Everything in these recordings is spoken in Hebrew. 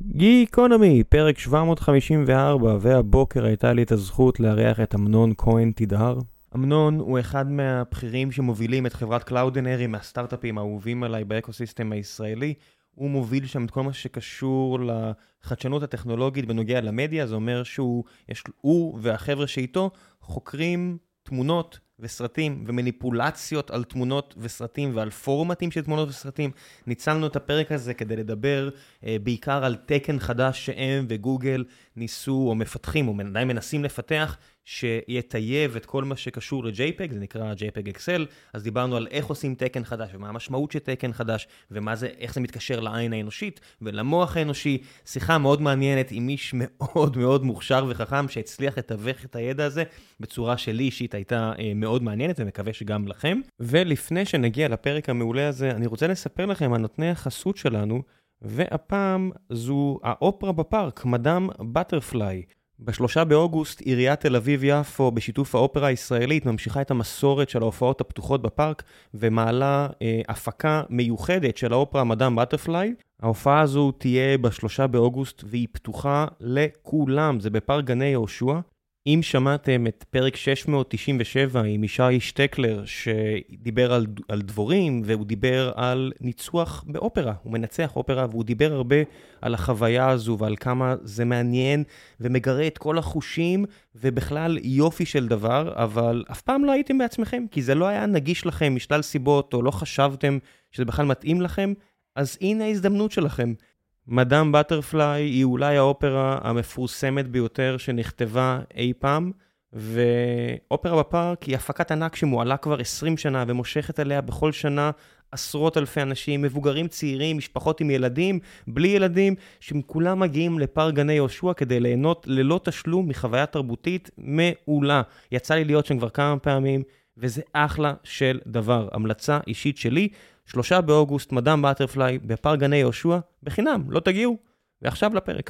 גיקונומי, פרק 754, והבוקר הייתה לי את הזכות לארח את אמנון כהן תדהר. אמנון הוא אחד מהבכירים שמובילים את חברת Cloudinary מהסטארט-אפים האהובים עליי באקוסיסטם הישראלי. הוא מוביל שם את כל מה שקשור לחדשנות הטכנולוגית בנוגע למדיה. זה אומר שהוא והחבר'ה שאיתו חוקרים תמונות וסרטים ומניפולציות על תמונות וסרטים ועל פורמטים של תמונות וסרטים. ניצלנו את הפרק הזה כדי לדבר בעיקר על תקן חדש שהם וגוגל ניסו או מפתחים או עדיין מנסים לפתח, שיטייב את כל מה שקשור ל-JPEG, זה נקרא JPEG Excel. אז דיברנו על איך עושים תקן חדש ומה המשמעות של תקן חדש איך זה מתקשר לעין האנושית ולמוח האנושי. שיחה מאוד מעניינת עם איש מאוד מאוד מוכשר וחכם שהצליח לתווך את הידע הזה בצורה שלי אישית הייתה מאוד מעניינת ומקווה שגם לכם. ולפני שנגיע לפרק המעולה הזה, אני רוצה לספר לכם על נותני החסות שלנו, והפעם זו האופרה בפארק, מדאם בטרפליי. ב3 באוגוסט עיריית תל אביב יפו בשיתוף האופרה הישראלית ממשיכה את המסורת של ההופעות הפתוחות בפארק ומעלה הפקה מיוחדת של האופרה מדאם בטרפליי. ההופעה הזו תהיה ב3 באוגוסט והיא פתוחה לכולם, זה בפארק גני יהושע. אם שמעתם את פרק 697 עם ישי שטקלר שדיבר על דבורים והוא דיבר על ניצוח באופרה, הוא מנצח אופרה והוא דיבר הרבה על החוויה הזו ועל כמה זה מעניין ומגרה את כל החושים ובכלל יופי של דבר, אבל אף פעם לא הייתם בעצמכם כי זה לא היה נגיש לכם משלל סיבות או לא חשבתם שזה בכלל מתאים לכם, אז הנה ההזדמנות שלכם. מדאם בטרפליי היא אולי האופרה המפורסמת ביותר שנכתבה אי פעם, ואופרה בפארק היא הפקת ענק שמועלה כבר 20 שנה ומושכת עליה בכל שנה עשרות אלפי אנשים, מבוגרים צעירים, משפחות עם ילדים, בלי ילדים, שכולם מגיעים לפארק גני יהושע כדי ליהנות ללא תשלום מחוויה תרבותית מעולה. יצא לי להיות שם כבר כמה פעמים, וזה אחלה של דבר. המלצה אישית שלי, 3 באוגוסט, מדאם בטרפליי, בפארק גני יהושע, בחינם, לא תגיעו. ועכשיו לפרק.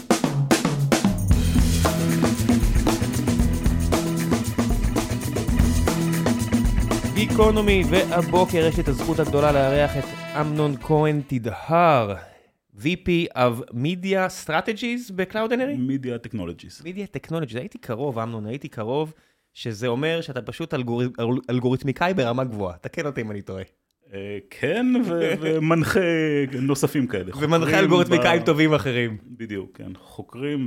גיקונומי, והבוקר יש את הזכות הגדולה לארח את אמנון כהן תדהר, VP of Media Strategies ב-Cloudinary? Media Technologies. Media Technologies, הייתי קרוב, אמנון, הייתי קרוב, שזה אומר שאתה פשוט אלגוריתמיקאי ברמה גבוהה. תקן אותי אם אני טועה. כן, ומנחה נוספים כאלה. ומנחה אלגוריתמיקאים טובים אחרים. בדיוק, כן. חוקרים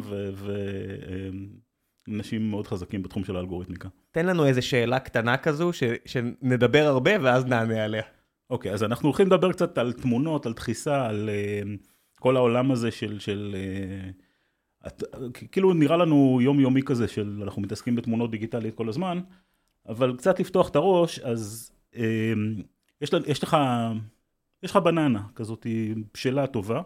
ואנשים מאוד חזקים בתחום של האלגוריתמיקה. תן לנו איזו שאלה קטנה כזו, שנדבר הרבה ואז נענה עליה. אוקיי, אז אנחנו הולכים לדבר קצת על תמונות, על דחיסה, על כל העולם הזה של כאילו נראה לנו יומיומי כזה, של אנחנו מתעסקים בתמונות דיגיטלית כל הזמן, אבל קצת לפתוח את הראש, אז יש לך בננה כזאת, שאלה טובה,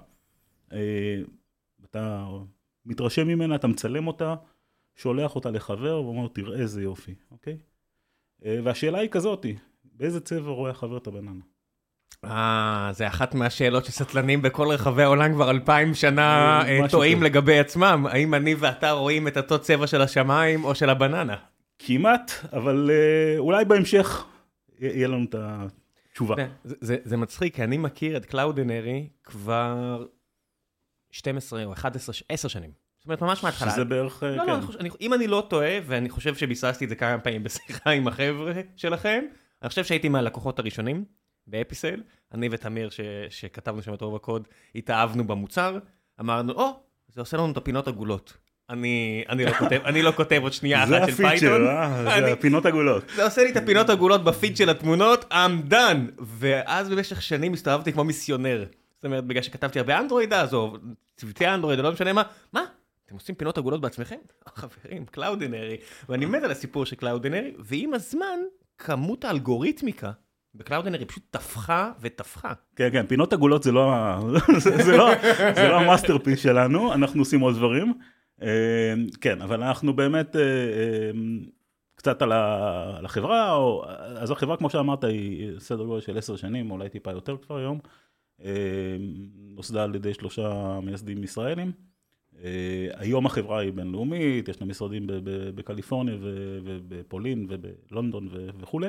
אתה מתרשם ממנה, אתה מצלם אותה, שולח אותה לחבר ואומר, תראה איזה יופי, אוקיי? והשאלה היא כזאת, באיזה צבע רואה החבר את הבננה? זה אחת מהשאלות שסטלנים בכל רחבי העולם כבר 2000 שנה טועים לגבי עצמם. האם אני ואתה רואים את אותו צבע של השמיים או של הבננה? כמעט, אבל אולי בהמשך יהיה לנו את התשובה. זה מצחיק, כי אני מכיר את Cloudinary כבר 12 או 11, 10 שנים. זאת אומרת, ממש מההתחלה. שזה בערך, כן. לא, אם אני לא טועה, ואני חושב שביססתי את זה כמה פעמים בשיחה עם החבר'ה שלכם, אני חושב שהייתי מהלקוחות הראשונים באפיסל. אני ותמיר שכתבנו שם את רוב הקוד, התאהבנו במוצר, אמרנו, זה עושה לנו את הפינות עגולות. אני לא כותב עוד שנייה אחת של פייתון. זה הפינות עגולות. זה עושה לי את הפינות עגולות בפיד של התמונות, I'm done. ואז במשך שנים הסתובבתי כמו מיסיונר. זאת אומרת, בגלל שכתבתי הרבה אנדרואיד אז, או צוותי אנדרואיד, או לא משנה מה? אתם עושים פינות עגולות בעצמכם? חברים, Cloudinary. ואני מת על הסיפור של Cloudinary, ועם הזמן, כמות האלגוריתמיקה ב-Cloudinary פשוט תפחה ותפחה. כן, כן, פינות עגולות זה לא המאסטרפיס שלנו, אנחנו עושים עוד דברים. כן, אבל אנחנו באמת קצת על החברה, אז החברה כמו שאמרת היא סדר גודל של 10 שנים, אולי טיפה יותר כבר היום, נוסדה על ידי 3 מייסדים ישראלים. היום החברה היא בינלאומית, יש לה משרדים בקליפורניה ובפולין ובלונדון וכו'.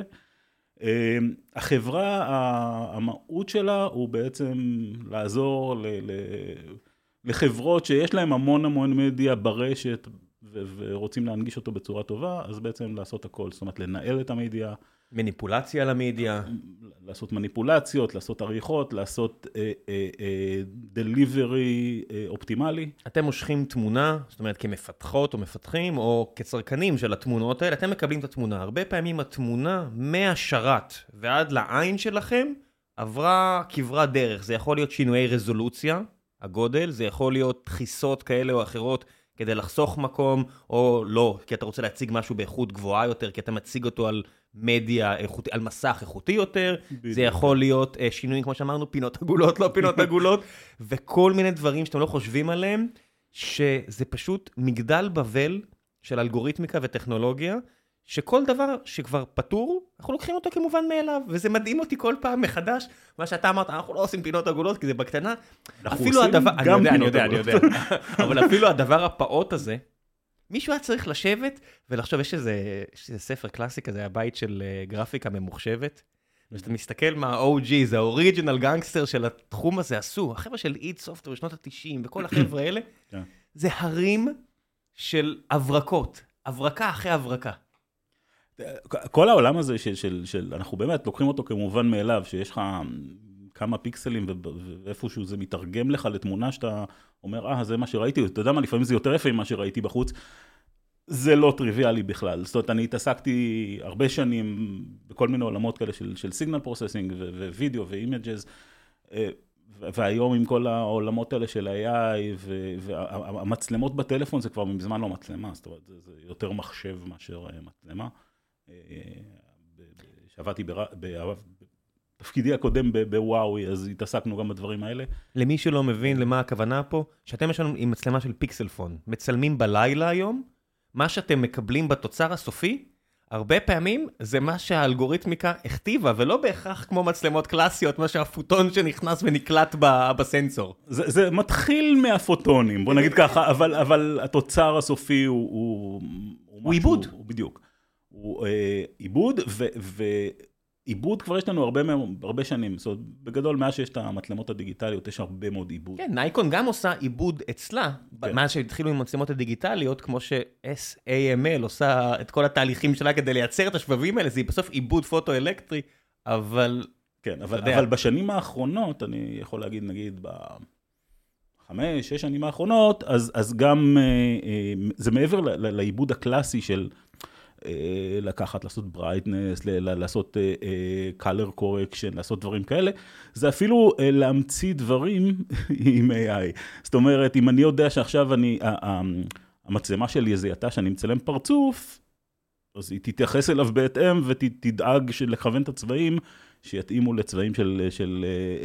החברה, המהות שלה הוא בעצם לעזור לחברות שיש להם המון מדיה ברשת, ורוצים להנגיש אותו בצורה טובה, אז בעצם לעשות הכל, זאת אומרת, לנהל את המדיה. מניפולציה למדיה. לעשות מניפולציות, לעשות עריכות, לעשות דליברי אופטימלי. אתם מושכים תמונה, זאת אומרת, כמפתחות או מפתחים, או כצרכנים של התמונות האלה, אתם מקבלים את התמונה. הרבה פעמים התמונה מהשרת ועד לעין שלכם, עברה כברת דרך. זה יכול להיות שינויי רזולוציה, הגודל, זה יכול להיות דחיסות כאלה או אחרות, כדי לחסוך מקום, או לא, כי אתה רוצה להציג משהו באיכות גבוהה יותר, כי אתה מציג אותו על מדיה, על מסך איכותי יותר, זה יכול להיות שינויים, כמו שאמרנו, פינות עגולות, לא פינות עגולות, וכל מיני דברים שאתם לא חושבים עליהם, שזה פשוט מגדל בבל של אלגוריתמיקה וטכנולוגיה, שכל דבר שכבר פתור, אנחנו לוקחים אותו כמובן מאליו, וזה מדהים אותי כל פעם מחדש, מה שאתה אמרת, אנחנו לא עושים פינות עגולות, כי זה בקטנה, אפילו הדבר, אני יודע, אבל אפילו הדבר הפעוט הזה, מישהו היה צריך לשבת ולחשוב, יש איזה ספר קלאסי כזה, הבית של גרפיקה ממוחשבת, ושאתה מסתכל מה ה-OG, זה האוריג'ינל גנגסטר של התחום הזה עשו, החבר'ה של איד סופטוור בשנות ה-90, וכל החבר'ה האלה, זה הרים של הברקות, הברקה אחרי הברקה. כל העולם הזה של אנחנו באמת לוקחים אותו כמובן מאליו, שיש לך כמה פיקסלים ואיפשהו זה מתרגם לך לתמונה שאתה אומר, זה מה שראיתי, אתה יודע מה, לפעמים זה יותר יפה ממה שראיתי בחוץ, זה לא טריוויאלי בכלל. זאת אומרת, אני התעסקתי הרבה שנים בכל מיני עולמות כאלה של סיגנל פרוססינג ווידאו ואימג'ז, והיום עם כל העולמות האלה של ה-AI והמצלמות בטלפון זה כבר מזמן לא מצלמה, זאת אומרת, זה יותר מחשב מאשר מצלמה. שעבדתי בתפקידי הקודם בוואוי, אז התעסקנו גם בדברים האלה. למי שלא מבין למה הכוונה פה, שאתם יש לנו עם מצלמה של פיקסלפון, מצלמים בלילה היום, מה שאתם מקבלים בתוצר הסופי, הרבה פעמים זה מה שהאלגוריתמיקה הכתיבה, ולא בהכרח כמו מצלמות קלאסיות, מה שהפוטון שנכנס ונקלט בסנסור. זה מתחיל מהפוטונים, בוא נגיד ככה, אבל התוצר הסופי הוא עיבוד. בדיוק. הוא עיבוד, ועיבוד כבר יש לנו הרבה שנים, זאת אומרת, בגדול מאז שיש את המצלמות הדיגיטליות, יש הרבה מאוד עיבוד. כן, נייקון גם עושה עיבוד אצלה, מאז שהתחילו עם המצלמות הדיגיטליות, כמו ש-SAML עושה את כל התהליכים שלה כדי לייצר את השבבים האלה, זה בסוף עיבוד פוטו-אלקטרי, אבל... כן, אבל בשנים האחרונות, אני יכול להגיד, נגיד, ב5-6 שנים האחרונות, אז גם זה מעבר לעיבוד הקלאסי של... לקחת, לעשות brightness, לעשות color correction, לעשות דברים כאלה, זה אפילו להמציא דברים עם AI. זאת אומרת, אם אני יודע שעכשיו המצלמה שלי זיהתה שאני מצלם פרצוף, אז היא תתייחס אליו בהתאם ותדאג לכוון את הצבעים שיתאימו לצבעים של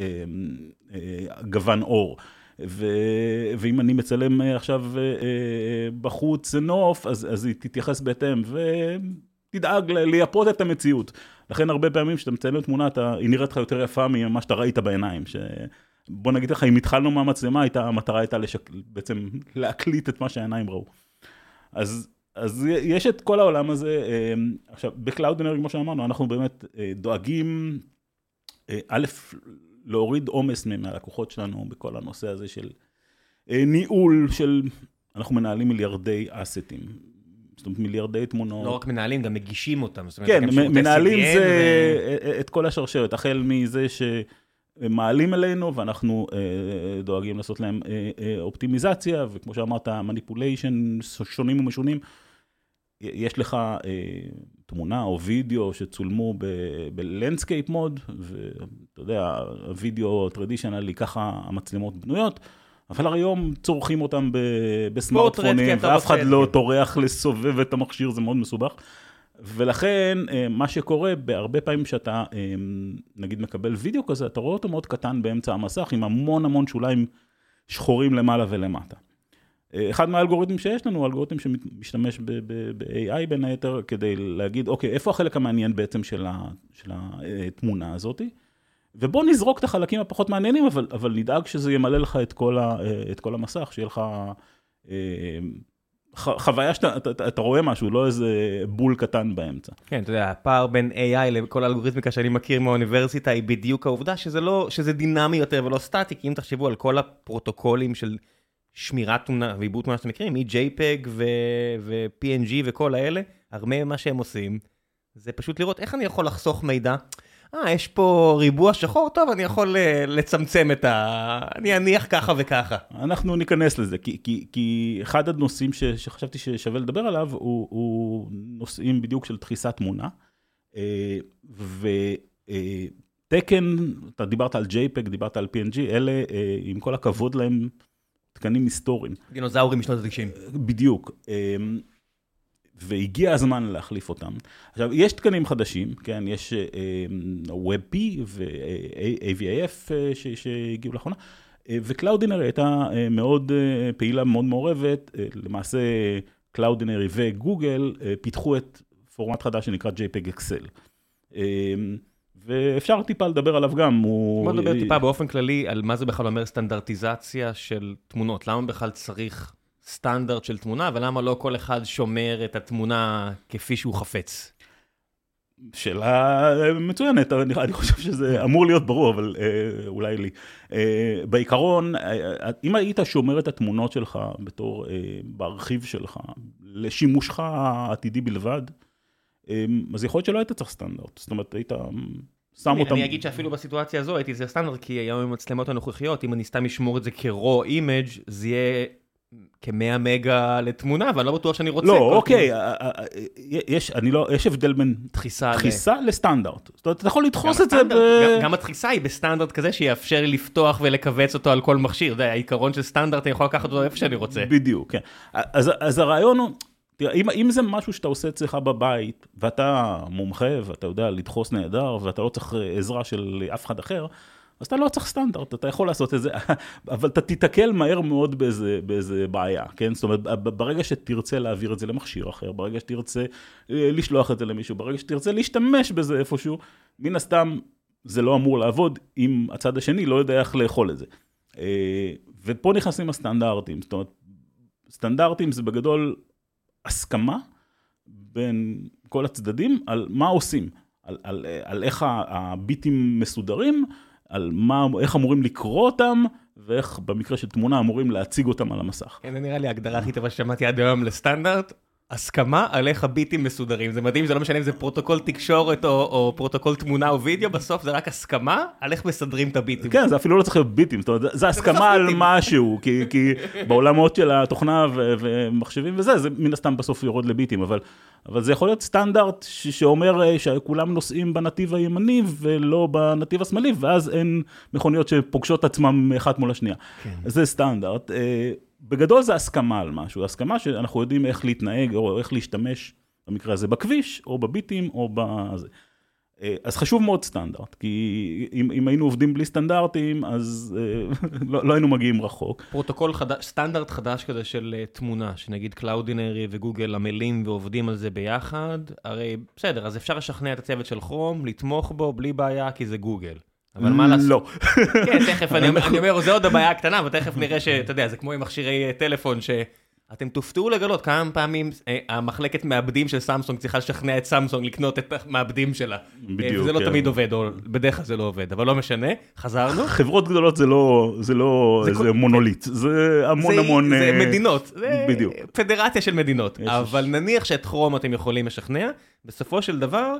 גוון אור. ואם אני מצלם עכשיו בחוץ נוף, אז היא תתייחס בהתאם ותדאג לייפות את המציאות. לכן הרבה פעמים שאתה מצלם תמונה, היא נראית לך יותר יפה ממה שאתה ראית בעיניים. בוא נגיד לך, אם התחלנו מהמצלמה, המטרה הייתה בעצם להקליט את מה שהעיניים ראו. אז יש את כל העולם הזה. עכשיו, בקלאוד אנרגי, כמו שאמרנו, אנחנו באמת דואגים, א', להוריד עומס מהלקוחות שלנו בכל הנושא הזה של ניהול של, אנחנו מנהלים מיליארדי אסטים, זאת אומרת מיליארדי תמונות. לא רק מנהלים, גם מגישים אותם. כן, מנהלים זה את כל השרשרת, החל מזה שמעלים אלינו ואנחנו דואגים לעשות להם אופטימיזציה, וכמו שאמרת, מניפוליישן שונים ומשונים, יש לך תמונה או וידאו שצולמו בלנדסקייפ מוד, ואתה יודע, הוידאו טרדישנלי, ככה המצלמות בנויות, אבל היום צורכים אותם בסמארטפונים, ואף אחד לא טורח לסובב את המכשיר, זה מאוד מסובך. ולכן, מה שקורה, בהרבה פעמים שאתה, נגיד, מקבל וידאו כזה, אתה רואה אותו מאוד קטן באמצע המסך, עם המון שוליים שחורים למעלה ולמטה. אחד מהאלגוריתמים שיש לנו, הוא אלגוריתם שמשתמש ב-AI בין היתר, כדי להגיד, אוקיי, איפה החלק המעניין בעצם של התמונה הזאת? ובוא נזרוק את החלקים הפחות מעניינים, אבל נדאג שזה ימלא לך את כל המסך, שיהיה לך חוויה שאתה רואה משהו, לא איזה בול קטן באמצע. כן, אתה יודע, הפער בין AI לכל האלגוריתמיקה שאני מכיר מהאוניברסיטה, היא בדיוק העובדה שזה דינמי יותר ולא סטטי, כי אם תחשבו על כל הפרוטוקולים של שמירת תמונה ועיבוד תמונה שאתם מכירים, מ-JPEG ו-PNG וכל האלה, הרבה ממה שהם עושים, זה פשוט לראות איך אני יכול לחסוך מידע. יש פה ריבוע שחור, טוב, אני יכול לצמצם אני אניח ככה וככה. אנחנו ניכנס לזה, כי אחד הנושאים שחשבתי ששווה לדבר עליו, הוא נושאים בדיוק של דחיסת תמונה, ותקן, אתה דיברת על JPEG, דיברת על PNG, אלה, עם כל הכבוד להם, תקנים היסטוריים. דינוזאורים משנות ה-90. בדיוק. והגיע הזמן להחליף אותם. עכשיו, יש תקנים חדשים, כן, יש WebP ו-AVAF שהגיעו לאחרונה, ו-Cloudinary הייתה מאוד פעילה, מאוד מעורבת, למעשה Cloudinary וגוגל פיתחו את פורמט חדש שנקרא JPEG Excel. ואפשר טיפה לדבר עליו גם. בוא נדבר טיפה באופן כללי על מה זה בכלל אומר סטנדרטיזציה של תמונות. למה בכלל צריך סטנדרט של תמונה, ולמה לא כל אחד שומר את התמונה כפי שהוא חפץ? שאלה מצוינת, אני חושב שזה אמור להיות ברור, אבל אולי לי. בעיקרון, אם היית שומר את התמונות שלך בתור בארכיב שלך, לשימושך העתידי בלבד, אז יכול להיות שלא היית צריך סטנדרט. זאת אומרת, היית שם אותם... אני אגיד שאפילו בסיטואציה הזו הייתי זה סטנדרט, כי היום עם מצלמות הנוכחיות, אם אני סתם אשמור את זה כ-raw image, זה יהיה כ-100 מגה לתמונה, ואני לא בטוח שאני רוצה. לא, אוקיי, יש הבדל בין דחיסה לסטנדרט. זאת אומרת, אתה יכול לדחוס את זה גם הדחיסה היא בסטנדרט כזה, שיאפשר לי לפתוח ולכווץ אותו על כל מכשיר. זה העיקרון של סטנדרט, אני יכול לקחת אותו איפה שאני רוצה. בדיוק, כן. אז הרעיון הוא, תראה, אם זה משהו שאתה עושה אצלך בבית, ואתה מומחה, ואתה יודע לדחוס נהדר, ואתה לא צריך עזרה של אף אחד אחר, אז אתה לא צריך סטנדרט, אתה יכול לעשות את זה, אבל אתה תתקל מהר מאוד באיזה בעיה, כן? זאת אומרת, ברגע שתרצה להעביר את זה למכשיר אחר, ברגע שתרצה לשלוח את זה למישהו, ברגע שתרצה להשתמש בזה איפשהו, מן הסתם זה לא אמור לעבוד אם הצד השני לא יודע איך לאכול את זה. ופה נכנסים הסטנדרטים, זאת אומרת, סטנדרטים זה בגדול הסכמה בין כל הצדדים על מה עושים, על איך הביטים מסודרים, על איך אמורים לקרוא אותם, ואיך במקרה של תמונה אמורים להציג אותם על המסך. כן, זה נראה לי ההגדרה הכי טובה ששמעתי עד היום לסטנדרט, הסכמה על איך הביטים מסודרים. זה מדהים, זה לא משנה אם זה פרוטוקול תקשורת או פרוטוקול תמונה או וידאו, בסוף זה רק הסכמה על איך מסדרים את הביטים. כן, זה אפילו לא צריך להיות ביטים, זאת אומרת, זה הסכמה על משהו, כי בעולמות של התוכנה ומחשבים וזה, זה מן הסתם בסוף יורד לביטים, אבל זה יכול להיות סטנדרט שאומר שכולם נוסעים בנתיב הימני ולא בנתיב השמאלי, ואז אין מכוניות שפוגשות עצמם אחת מול השנייה. זה סטנדרט. בגדול זה הסכמה על משהו, הסכמה שאנחנו יודעים איך להתנהג או איך להשתמש במקרה הזה בכביש או בביטים או בזה. אז חשוב מאוד סטנדרט, כי אם היינו עובדים בלי סטנדרטים, אז לא היינו מגיעים רחוק. פרוטוקול חדש, סטנדרט חדש כזה של תמונה, שנגיד Cloudinary וגוגל עמלים ועובדים על זה ביחד, הרי בסדר, אז אפשר לשכנע את הצוות של כרום, לתמוך בו בלי בעיה, כי זה גוגל. אבל מה לעשות? לא. כן, תכף, אני אומר, זה עוד הבעיה הקטנה, ותכף נראה שאתה יודע, זה כמו עם מכשירי טלפון, שאתם תופתעו לגלות כמה פעמים המחלקת מעבדים של סמסונג צריכה לשכנע את סמסונג לקנות את המעבדים שלה. בדיוק. וזה לא תמיד עובד, או בדרך כלל זה לא עובד, אבל לא משנה, חזרנו. חברות גדולות זה לא איזה מונוליט, זה המון... זה מדינות, זה פדרציה של מדינות, אבל נניח שאת כרום אתם יכולים לשכנע, בסופו של דבר,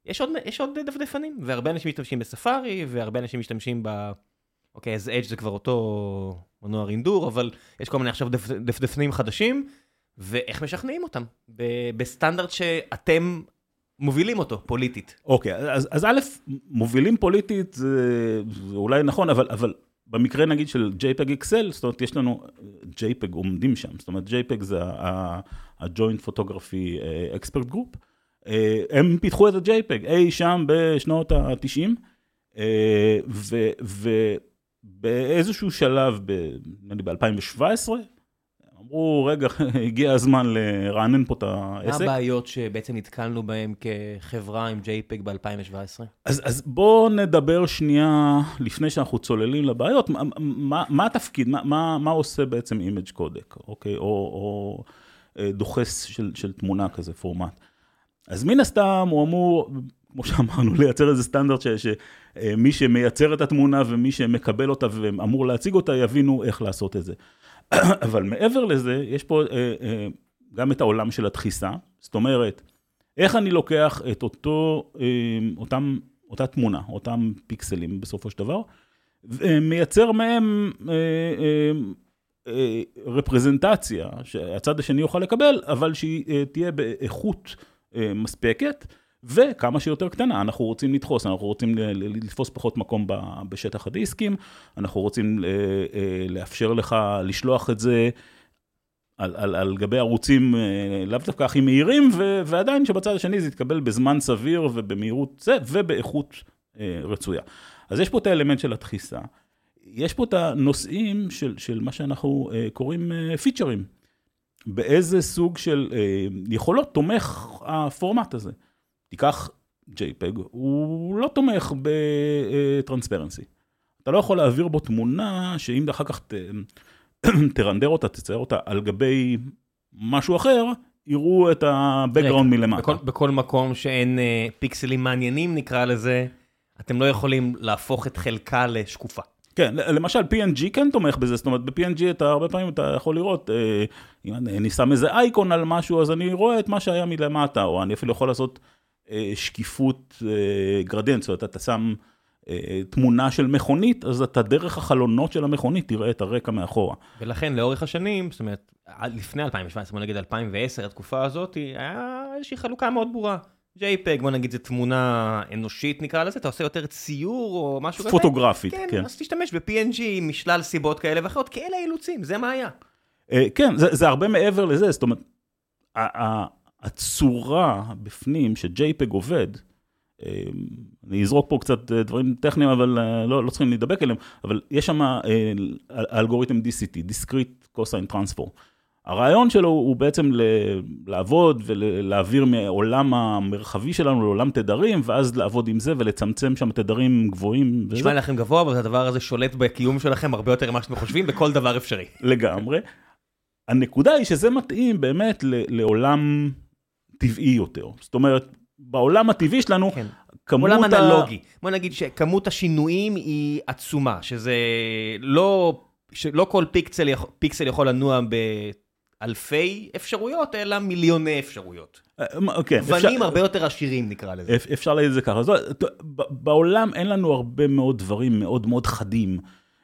יש עוד דפדפנים, והרבה אנשים משתמשים בספארי, והרבה אנשים משתמשים אוקיי, אז Edge זה כבר אותו מנוע רינדור, אבל יש כל מיני עכשיו דפדפנים חדשים, ואיך משכנעים אותם? בסטנדרט שאתם מובילים אותו, פוליטית. אוקיי, אז א', מובילים פוליטית, זה אולי נכון, אבל במקרה נגיד של JPEG Excel, זאת אומרת, יש לנו JPEG עומדים שם, זאת אומרת, JPEG זה ה-Joint Photography Expert Group, הם פיתחו את ה-JPEG, שם בשנות ה-90, ובאיזשהו שלב, ב-2017, אמרו, רגע, הגיע הזמן לרענן פה את העסק. מה הבעיות שבעצם נתקלנו בהם כחברה עם JPEG ב-2017? אז בואו נדבר שנייה, לפני שאנחנו צוללים לבעיות, מה התפקיד, מה עושה בעצם אימג' קודק, אוקיי? או דוחס של תמונה כזה, פורמט. אז מן הסתם הוא אמור, כמו שאמרנו, לייצר איזה סטנדרט שמי שמייצר את התמונה ומי שמקבל אותה ואמור להציג אותה, יבינו איך לעשות את זה. אבל מעבר לזה, יש פה גם את העולם של הדחיסה, זאת אומרת, איך אני לוקח את אותה תמונה, אותם פיקסלים בסופו של דבר, ומייצר מהם רפרזנטציה שהצד השני יוכל לקבל, אבל שהיא תהיה באיכות מספקת, וכמה שיותר קטנה. אנחנו רוצים לדחוס, אנחנו רוצים לתפוס פחות מקום בשטח הדיסקים, אנחנו רוצים לאפשר לך לשלוח את זה על גבי ערוצים לאו דווקא הכי מהירים, ועדיין שבצד השני זה יתקבל בזמן סביר ובמהירות זה, ובאיכות רצויה. אז יש פה את האלמנט של הדחיסה, יש פה את הנושאים של מה שאנחנו קוראים פיצ'רים, באיזה סוג של יכולות תומך הפורמט הזה. תיקח JPEG, הוא לא תומך בטרנספרנסי. אתה לא יכול להעביר בו תמונה שאם אחר כך תרנדר אותה, תצייר אותה על גבי משהו אחר, יראו את הבקגראונד מלמטה. בכל מקום שאין פיקסלים מעניינים נקרא לזה, אתם לא יכולים להפוך את חלקה לשקופה. כן, למשל PNG כן תומך בזה, זאת אומרת ב-PNG הרבה פעמים אתה יכול לראות, אם אני שם איזה אייקון על משהו, אז אני רואה את מה שהיה מלמטה, או אני אפילו יכול לעשות שקיפות גרדיאנט, זאת אומרת, אתה שם תמונה של מכונית, אז אתה דרך החלונות של המכונית תראה את הרקע מאחורה. ולכן לאורך השנים, זאת אומרת, לפני 2017, בוא נגיד 2010, התקופה הזאת, היה איזושהי חלוקה מאוד ברורה. JPEG, בוא נגיד, זה תמונה אנושית נקרא לזה, אתה עושה יותר ציור או משהו כזה? פוטוגרפית, כן. כן, אז תשתמש ב-PNG משלל סיבות כאלה ואחרות, כאלה אילוצים, זה מה היה. כן, זה הרבה מעבר לזה, זאת אומרת, הצורה בפנים ש-JPEG עובד, אני אזרוק פה קצת דברים טכניים, אבל לא צריכים להידבק אליהם, אבל יש שם האלגוריתם DCT, Discrete Cosine Transform. הרעיון שלו הוא בעצם לעבוד ולהעביר מעולם המרחבי שלנו לעולם תדרים, ואז לעבוד עם זה ולצמצם שם תדרים גבוהים. נשמע לכם גבוה, אבל הדבר הזה שולט בקיום שלכם הרבה יותר ממה שאתם חושבים, בכל דבר אפשרי. לגמרי. הנקודה היא שזה מתאים באמת לעולם טבעי יותר. זאת אומרת, בעולם הטבעי שלנו, כן. עולם אנלוגי. בוא נגיד שכמות השינויים היא עצומה, שזה לא כל פיקסל יכול לנוע באלפי אפשרויות, אלא מיליוני אפשרויות. כן. גוונים הרבה יותר עשירים נקרא לזה. אפשר להגיד את זה ככה. בעולם אין לנו הרבה מאוד דברים מאוד מאוד חדים.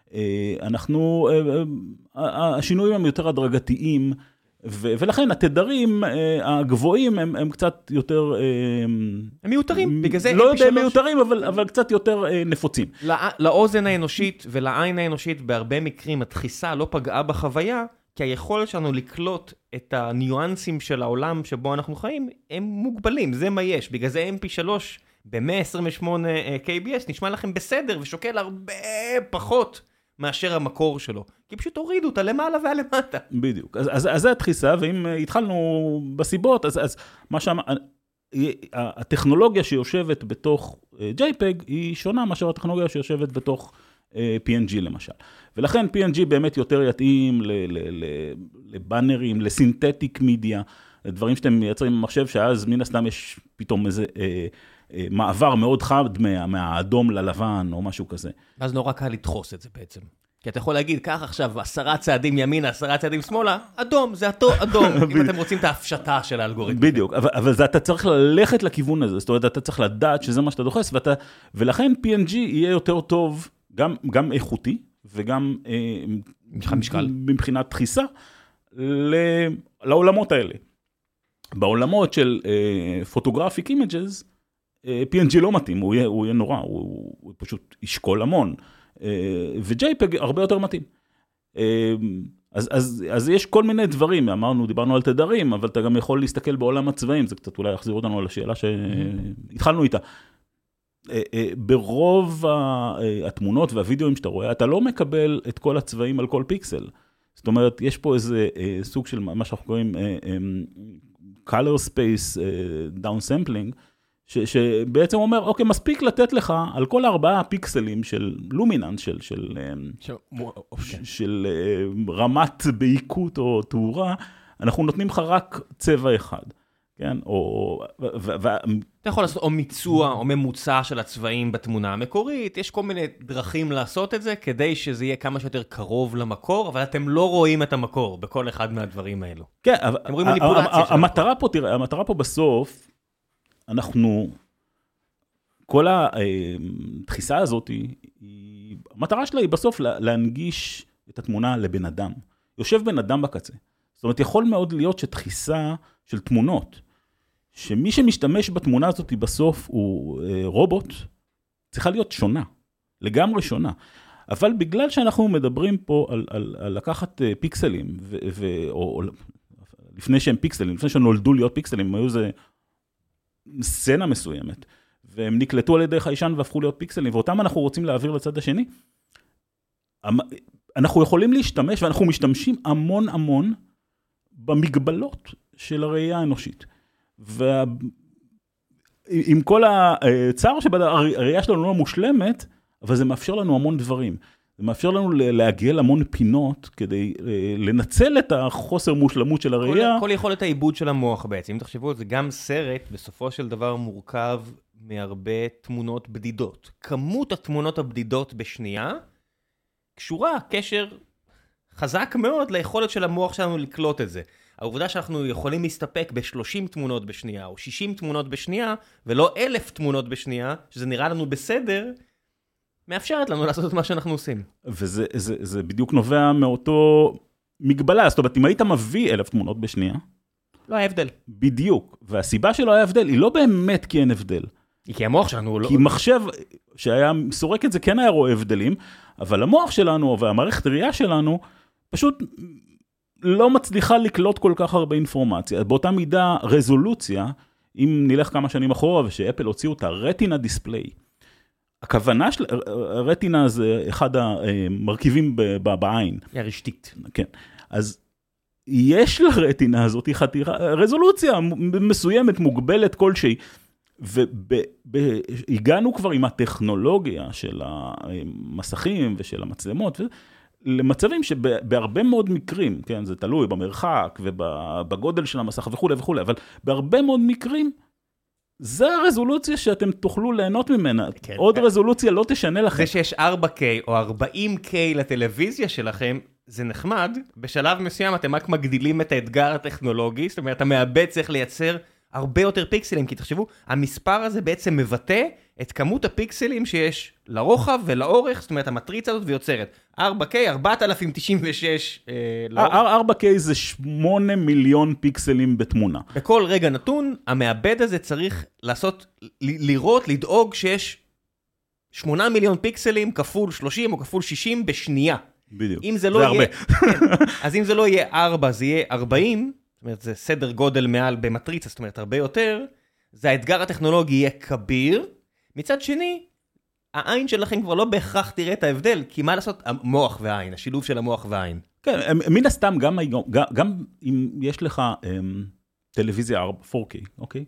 השינויים הם יותר הדרגתיים, ולכן התדרים הגבוהים הם קצת יותר... הם מיותרים, בגלל זה... לא יודע מיותרים, אבל קצת יותר נפוצים. לאוזן האנושית ולעין האנושית בהרבה מקרים הדחיסה לא פגעה בחוויה, כי היכולת שלנו לקלוט את הניואנסים של העולם שבו אנחנו חיים, הם מוגבלים, זה מה יש. בגלל זה MP3 ב-128 KBS נשמע לכם בסדר ושוקל הרבה פחות מאשר המקור שלו. כי פשוט הורידו אותה למעלה והלמטה. בדיוק. אז זה הדחיסה, ואם התחלנו בסיבות, אז מה הטכנולוגיה שיושבת בתוך JPEG היא שונה מאשר הטכנולוגיה שיושבת בתוך PNG למשל. ולכן PNG באמת יותר יתאים לבאנרים, לסינתטיק מידיה, דברים שאתם מייצרים במחשב, שאז מן הסתם יש פתאום איזה מעבר מאוד חד מהאדום ללבן או משהו כזה. אז נורא קל לדחוס את זה בעצם. כי אתה יכול להגיד, כך עכשיו 10 צעדים ימינה, 10 צעדים שמאלה, אדום, זה אדום, אם אתם רוצים את ההפשטה של האלגוריתם. בדיוק, אבל אתה צריך ללכת לכיוון הזה, זאת אומרת, אתה צריך לדעת שזה מה שאתה דוחס, ולכן PNG יהיה יותר טוב, גם איכותי, וגם מבחינת דחיסה, לעולמות האלה. בעולמות של photographic images, PNG לא מתאים, הוא יהיה נורא, הוא פשוט ישקול המון. ו-JPEG הרבה יותר מתאים. אז יש כל מיני דברים, דיברנו על תדרים, אבל אתה גם יכול להסתכל בעולם הצבעים, זה קצת אולי יחזיר אותנו על השאלה שהתחלנו איתה. ברוב התמונות והווידאוים שאתה רואה, אתה לא מקבל את כל הצבעים על כל פיקסל. זאת אומרת, יש פה איזה סוג של מה שאנחנו קוראים color space downsampling, שבעצם אומר, אוקיי, מספיק לתת לך על כל 4 פיקסלים של לומיננס, של רמת בעיקות או תאורה, אנחנו נותנים לך רק צבע אחד. כן, או... אתה יכול לעשות או מיצוע או ממוצע של הצבעים בתמונה המקורית, יש כל מיני דרכים לעשות את זה, כדי שזה יהיה כמה שיותר קרוב למקור, אבל אתם לא רואים את המקור בכל אחד מהדברים האלו. כן, אתם רואים מניפולציה של המטרה פה, תראה, המטרה פה בסוף, אנחנו, כל הדחיסה הזאת, המטרה שלה היא בסוף להנגיש את התמונה לבן אדם. יושב בן אדם בקצה. זאת אומרת, יכול מאוד להיות שדחיסה של תמונות, שמי שמשתמש בתמונה הזאת בסוף הוא רובוט, צריכה להיות שונה, לגמרי שונה. אבל בגלל שאנחנו מדברים פה על לקחת פיקסלים, או לפני שהם פיקסלים, לפני שנולדו להיות פיקסלים, הם היו איזה סצנה מסוימת, והם נקלטו על ידי חיישן והפכו להיות פיקסלים, ואותם אנחנו רוצים להעביר לצד השני. אנחנו יכולים להשתמש, ואנחנו משתמשים המון המון במגבלות של הראייה האנושית. ועם כל הצער שהראייה שלנו לא מושלמת, אבל זה מאפשר לנו המון דברים. זה מאפשר לנו להגיע להמון פינות, כדי לנצל את החוסר מושלמות של הראייה. כל יכולת העיבוד של המוח בעצם. אם תחשבו, זה גם סרט, בסופו של דבר מורכב מהרבה תמונות בדידות. כמות התמונות הבדידות בשנייה, קשורה קשר חזק מאוד ליכולת של המוח שלנו לקלוט את זה. העובדה שאנחנו יכולים להסתפק ב-30 תמונות בשנייה, או 60 תמונות בשנייה, ולא 1,000 תמונות בשנייה, שזה נראה לנו בסדר, מאפשרת לנו לעשות את מה שאנחנו עושים. וזה בדיוק נובע מאותו מגבלה. זאת אומרת, אם היית מביא 1,000 תמונות בשנייה, לא היה הבדל. בדיוק. והסיבה שלא היה הבדל, היא לא באמת כי אין הבדל. היא כי המוח שלנו לא... כי מחשב שהיה סורק את זה כן היה רואה הבדלים, אבל המוח שלנו והמערכת ראייה שלנו פשוט לא מצליחה לקלוט כל כך הרבה אינפורמציה. באותה מידה רזולוציה, אם נלך כמה שנים אחורה ושאפל הוציאו את הרטינה דיספליי, הכוונה של הרטינה זה אחד המרכיבים בעין. היא הרשתית. כן. אז יש לרטינה הזאת רזולוציה מסוימת, מוגבלת כלשהי, והגענו כבר עם הטכנולוגיה של המסכים ושל המצלמות, למצבים שבהרבה מאוד מקרים, כן, זה תלוי במרחק ובגודל של המסך וכו' וכו', אבל בהרבה מאוד מקרים, זה הרזולוציה שאתם תוכלו ליהנות ממנה. כן, עוד כן. רזולוציה לא תשנה לכם. זה שיש 4K או 40K לטלוויזיה שלכם, זה נחמד. בשלב מסוים אתם רק מגדילים את האתגר הטכנולוגי, זאת אומרת, המעבד צריך לייצר הרבה יותר פיקסלים, כי תחשבו, המספר הזה בעצם מבטא את כמות הפיקסלים שיש לרוחב ולאורך, זאת אומרת, המטריצה הזאת ויוצרת 4K, 4096 לאורך. 4K זה 8 מיליון פיקסלים בתמונה. בכל רגע נתון, המעבד הזה צריך לעשות, לראות, לדאוג שיש 8 מיליון פיקסלים כפול 30 או כפול 60 בשנייה. בדיוק, זה הרבה. אז אם זה לא יהיה 4, זה יהיה 40, זאת אומרת, זה סדר גודל מעל במטריצה, זאת אומרת, הרבה יותר, זה האתגר הטכנולוגי יהיה כביר. מצד שני, העין שלכם כבר לא בהכרח תראה את ההבדל, כי מה לעשות? המוח והעין, השילוב של המוח והעין. כן, מן הסתם, גם אם יש לך טלוויזיה 4K, אוקיי?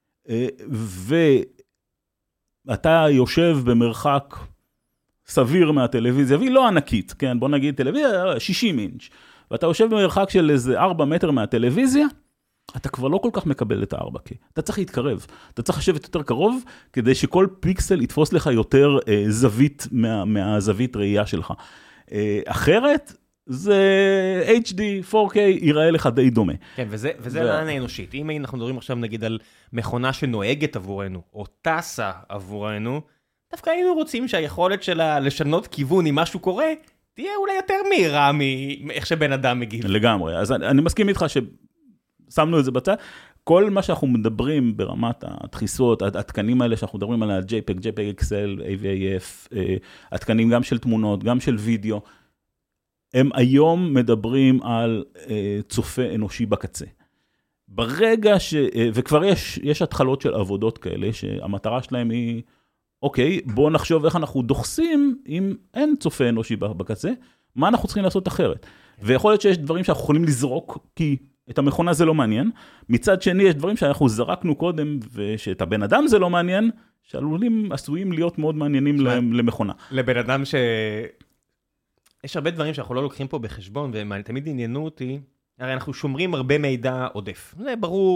ואתה יושב במרחק סביר מהטלוויזיה, והיא לא ענקית, כן? בוא נגיד טלוויזיה 60 אינץ'. ואתה יושב במרחק של איזה 4 מטר מהטלוויזיה, אתה כבר לא כל כך מקבל את ה-4K. אתה צריך להתקרב. אתה צריך לשבת יותר קרוב, כדי שכל פיקסל יתפוס לך יותר זווית מהזווית ראייה שלך. אחרת, זה HD, 4K, ייראה לך די דומה. כן, וזה לעין האנושית. אם אנחנו מדברים עכשיו נגיד על מכונה שנוהגת עבורנו, או טסה עבורנו, דווקא היינו רוצים שהיכולת שלה לשנות כיוון אם משהו קורה, תהיה אולי יותר מהירה מאיך שבן אדם מגיב. לגמרי. אז אני מסכים איתך ששמנו את זה בצד. כל מה שאנחנו מדברים ברמת הדחיסות, התקנים האלה שאנחנו מדברים על ה-JPEG, JPEG XL, AVAF, התקנים גם של תמונות, גם של וידאו, הם היום מדברים על צופה אנושי בקצה. ברגע וכבר יש התחלות של עבודות כאלה, שהמטרה שלהם היא, אוקיי, בואו נחשוב איך אנחנו דוחסים, אם אין צופה אנושי בקצה, מה אנחנו צריכים לעשות אחרת. ויכול להיות שיש דברים שאנחנו יכולים לזרוק, כי את המכונה זה לא מעניין. מצד שני, יש דברים שאנחנו זרקנו קודם, ושאת הבן אדם זה לא מעניין, עשויים להיות מאוד מעניינים למכונה. לבן אדם יש הרבה דברים שאנחנו לא לוקחים פה בחשבון, והם תמיד עניינו אותי, הרי אנחנו שומרים הרבה מידע עודף. זה ברור,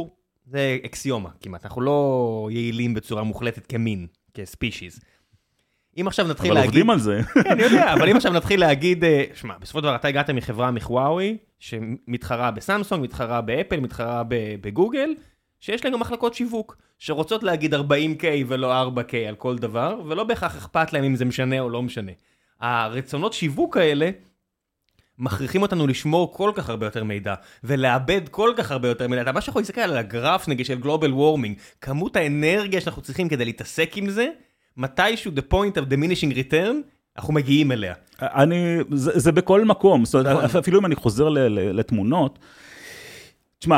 זה אקסיומה כמעט, אנחנו לא יעילים בצורה מוחלטת כמין, כספישיז. אם עכשיו נתחיל אבל להגיד... עובדים על זה. כן, אני יודע, אבל אם עכשיו נתחיל להגיד, שמע, בסופו של דבר אתה הגעת מחברה מחוואוי, שמתחרה בסמסונג, מתחרה באפל, מתחרה בגוגל, שיש להם גם מחלקות שיווק, שרוצות להגיד 40K ולא 4K על כל דבר, ולא בהכרח אכפת להם אם זה משנה או לא משנה. הרצונות שיווק האלה, מכריחים אותנו לשמור כל כך הרבה יותר מידע, ולאבד כל כך הרבה יותר מידע. אתה מה שיכול להסתכל על הגרף נגיד של Global Warming, כמות האנרגיה שאנחנו צריכים כדי להתעסק עם זה, מתישהו the point of diminishing return, אנחנו מגיעים אליה. זה בכל מקום, זאת אומרת, אפילו אם אני חוזר לתמונות, תשמע,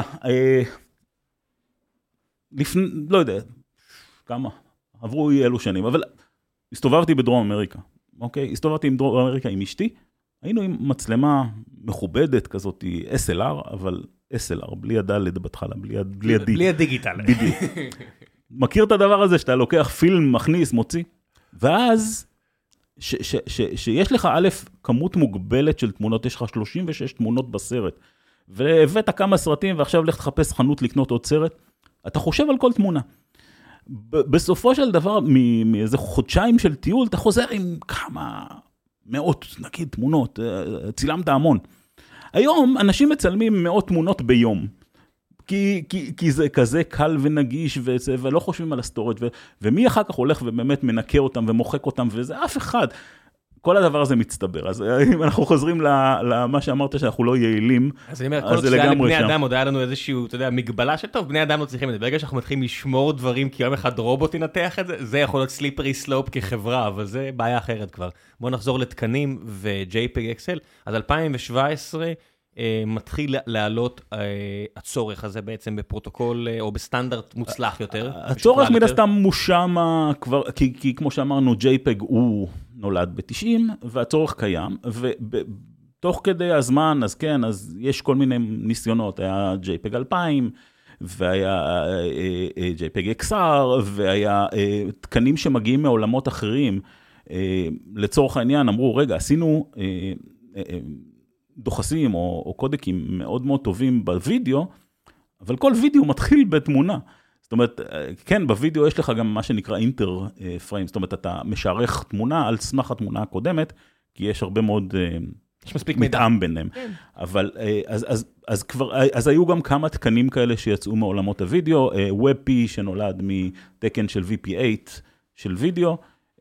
לא יודע, כמה, עברו אלו שנים, אבל הסתובבתי בדרום אמריקה, אוקיי? הסתובבתי עם דרום אמריקה עם אשתי, היינו עם מצלמה מכובדת כזאת, SLR, אבל SLR, בלי הדלת בהתחלה, בלי הדי. בלי הדיגיטל. בדיוק. מכיר את הדבר הזה שאתה לוקח פילם, מכניס, מוציא, ואז שיש לך א', כמות מוגבלת של תמונות, יש לך 36 תמונות בסרט, והבאת כמה סרטים, ועכשיו לך תחפש חנות לקנות עוד סרט, אתה חושב על כל תמונה. בסופו של דבר, מאיזה חודשיים של טיול, אתה חוזר עם כמה מאות, נגיד, תמונות, צילמת המון. היום אנשים מצלמים מאות תמונות ביום, כי זה כזה קל ונגיש, ולא חושבים על הסטורג' ומי אחר כך הולך ובאמת מנקה אותם ומוחק אותם, וזה אף אחד. כל הדבר הזה מצטבר. אז אם אנחנו חוזרים למה שאמרת שאנחנו לא יעילים, אז אני אומר, כל כשהיה לבני אדם עוד היה לנו איזשהו, אתה יודע, מגבלה שטוב, בני אדם לא צריכים את זה. ברגע שאנחנו מתחילים לשמור דברים, כי יום אחד רובוט ינתח את זה, זה יכול להיות סליפרי סלופ כחברה, אבל זה בעיה אחרת כבר. בואו נחזור לתקנים ו-JPEG XL. אז 2017 מתחיל לעלות הצורך הזה בעצם בפרוטוקול או בסטנדרט מוצלח יותר. הצורך מן הסתם מושם כבר, כי כמו שאמרנו, JPEG הוא נולד ב-90, והצורך קיים, ותוך כדי הזמן, אז כן, אז יש כל מיני ניסיונות, היה JPEG 2000, והיה JPEG XR, והיה תקנים שמגיעים מעולמות אחרים, לצורך העניין, אמרו, רגע, עשינו דוחסים או קודקים מאוד מאוד טובים בווידאו, אבל כל וידאו מתחיל בתמונה. זאת אומרת, כן, בווידאו יש לך גם מה שנקרא אינטר פריים, זאת אומרת, אתה משערך תמונה על סמך התמונה הקודמת, כי יש הרבה מאוד מתאם ביניהם. אבל, אז היו גם כמה תקנים כאלה שיצאו מעולמות הווידאו, WebP שנולד מתקן של VP8 של וידאו,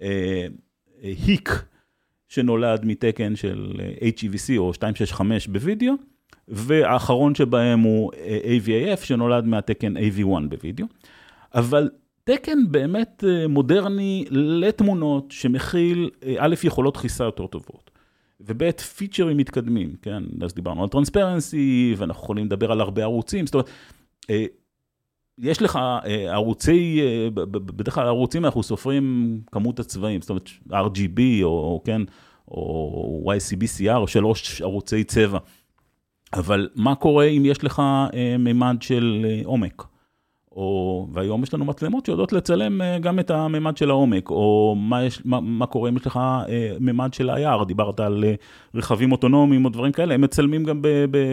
היק שנולד מתקן של HEVC או 265 בווידאו, והאחרון שבהם הוא AVAF שנולד מהתקן AV1 בווידאו. אבל תקן באמת מודרני לתמונות שמכיל א' יכולות חיסה יותר טובות, וב' פיצ'רים מתקדמים, כן? אז דיברנו על טרנספרנסי, ואנחנו יכולים לדבר על הרבה ערוצים, זאת אומרת, יש לך ערוצי, בדרך כלל ערוצים אנחנו סופרים כמות הצבעים, זאת אומרת RGB או כן, או YCBCR או 3 ערוצי צבע. אבל מה קורה אם יש לך מימד של עומק? והיום יש לנו מצלמות שיודעות לצלם גם את המימד של העומק, או מה קורה אם יש לך מימד של IR, דיברת על רכבים אוטונומיים או דברים כאלה, הם מצלמים גם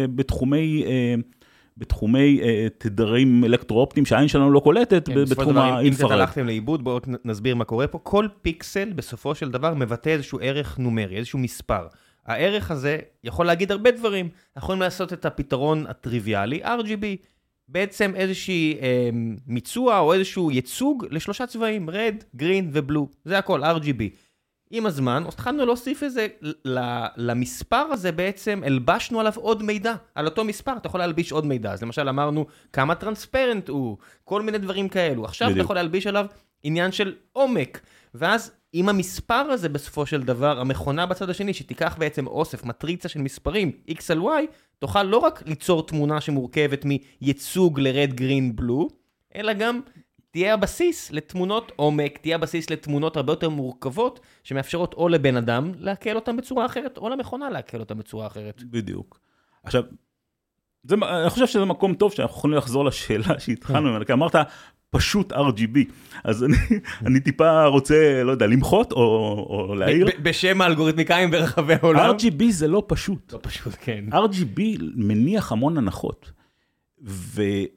בתחומי תדרים אלקטרואופטיים שהעין שלנו לא קולטת בתחום האינפרד. אם קצת הלכתם לאיבוד, בואו נסביר מה קורה פה. כל פיקסל בסופו של דבר מבטא איזשהו ערך נומרי, איזשהו מספר. הערך הזה יכול להגיד הרבה דברים. אנחנו יכולים לעשות את הפתרון הטריוויאלי, RGB, בעצם איזושהי מיצוע או איזשהו ייצוג לשלושה צבעים, red, green ובלו. זה הכל, RGB. עם הזמן, התחלנו להוסיף איזה, למספר הזה בעצם, הלבשנו עליו עוד מידע. על אותו מספר אתה יכול להלביש עוד מידע. אז למשל אמרנו, כמה טרנספרנט הוא, כל מיני דברים כאלו. עכשיו אתה יכול להלביש עליו עניין של עומק. ואז עם המספר הזה בסופו של דבר, המכונה בצד השני, שתיקח בעצם אוסף, מטריצה של מספרים, X על Y, תוכל לא רק ליצור תמונה שמורכבת מייצוג ל-red, green, blue, אלא גם תהיה הבסיס לתמונות עומק, תהיה הבסיס לתמונות הרבה יותר מורכבות, שמאפשרות או לבן אדם להקל אותם בצורה אחרת, או למכונה להקל אותם בצורה אחרת. בדיוק. עכשיו, אני חושב שזה מקום טוב שאנחנו יכולים לחזור לשאלה שהתחלנו, כי אמרת פשוט RGB, אז אני טיפה רוצה, לא יודע, למחות או להעיר. בשם האלגוריתמיקאים ברחבי העולם. RGB זה לא פשוט. לא פשוט, כן. RGB מניח המון הנחות,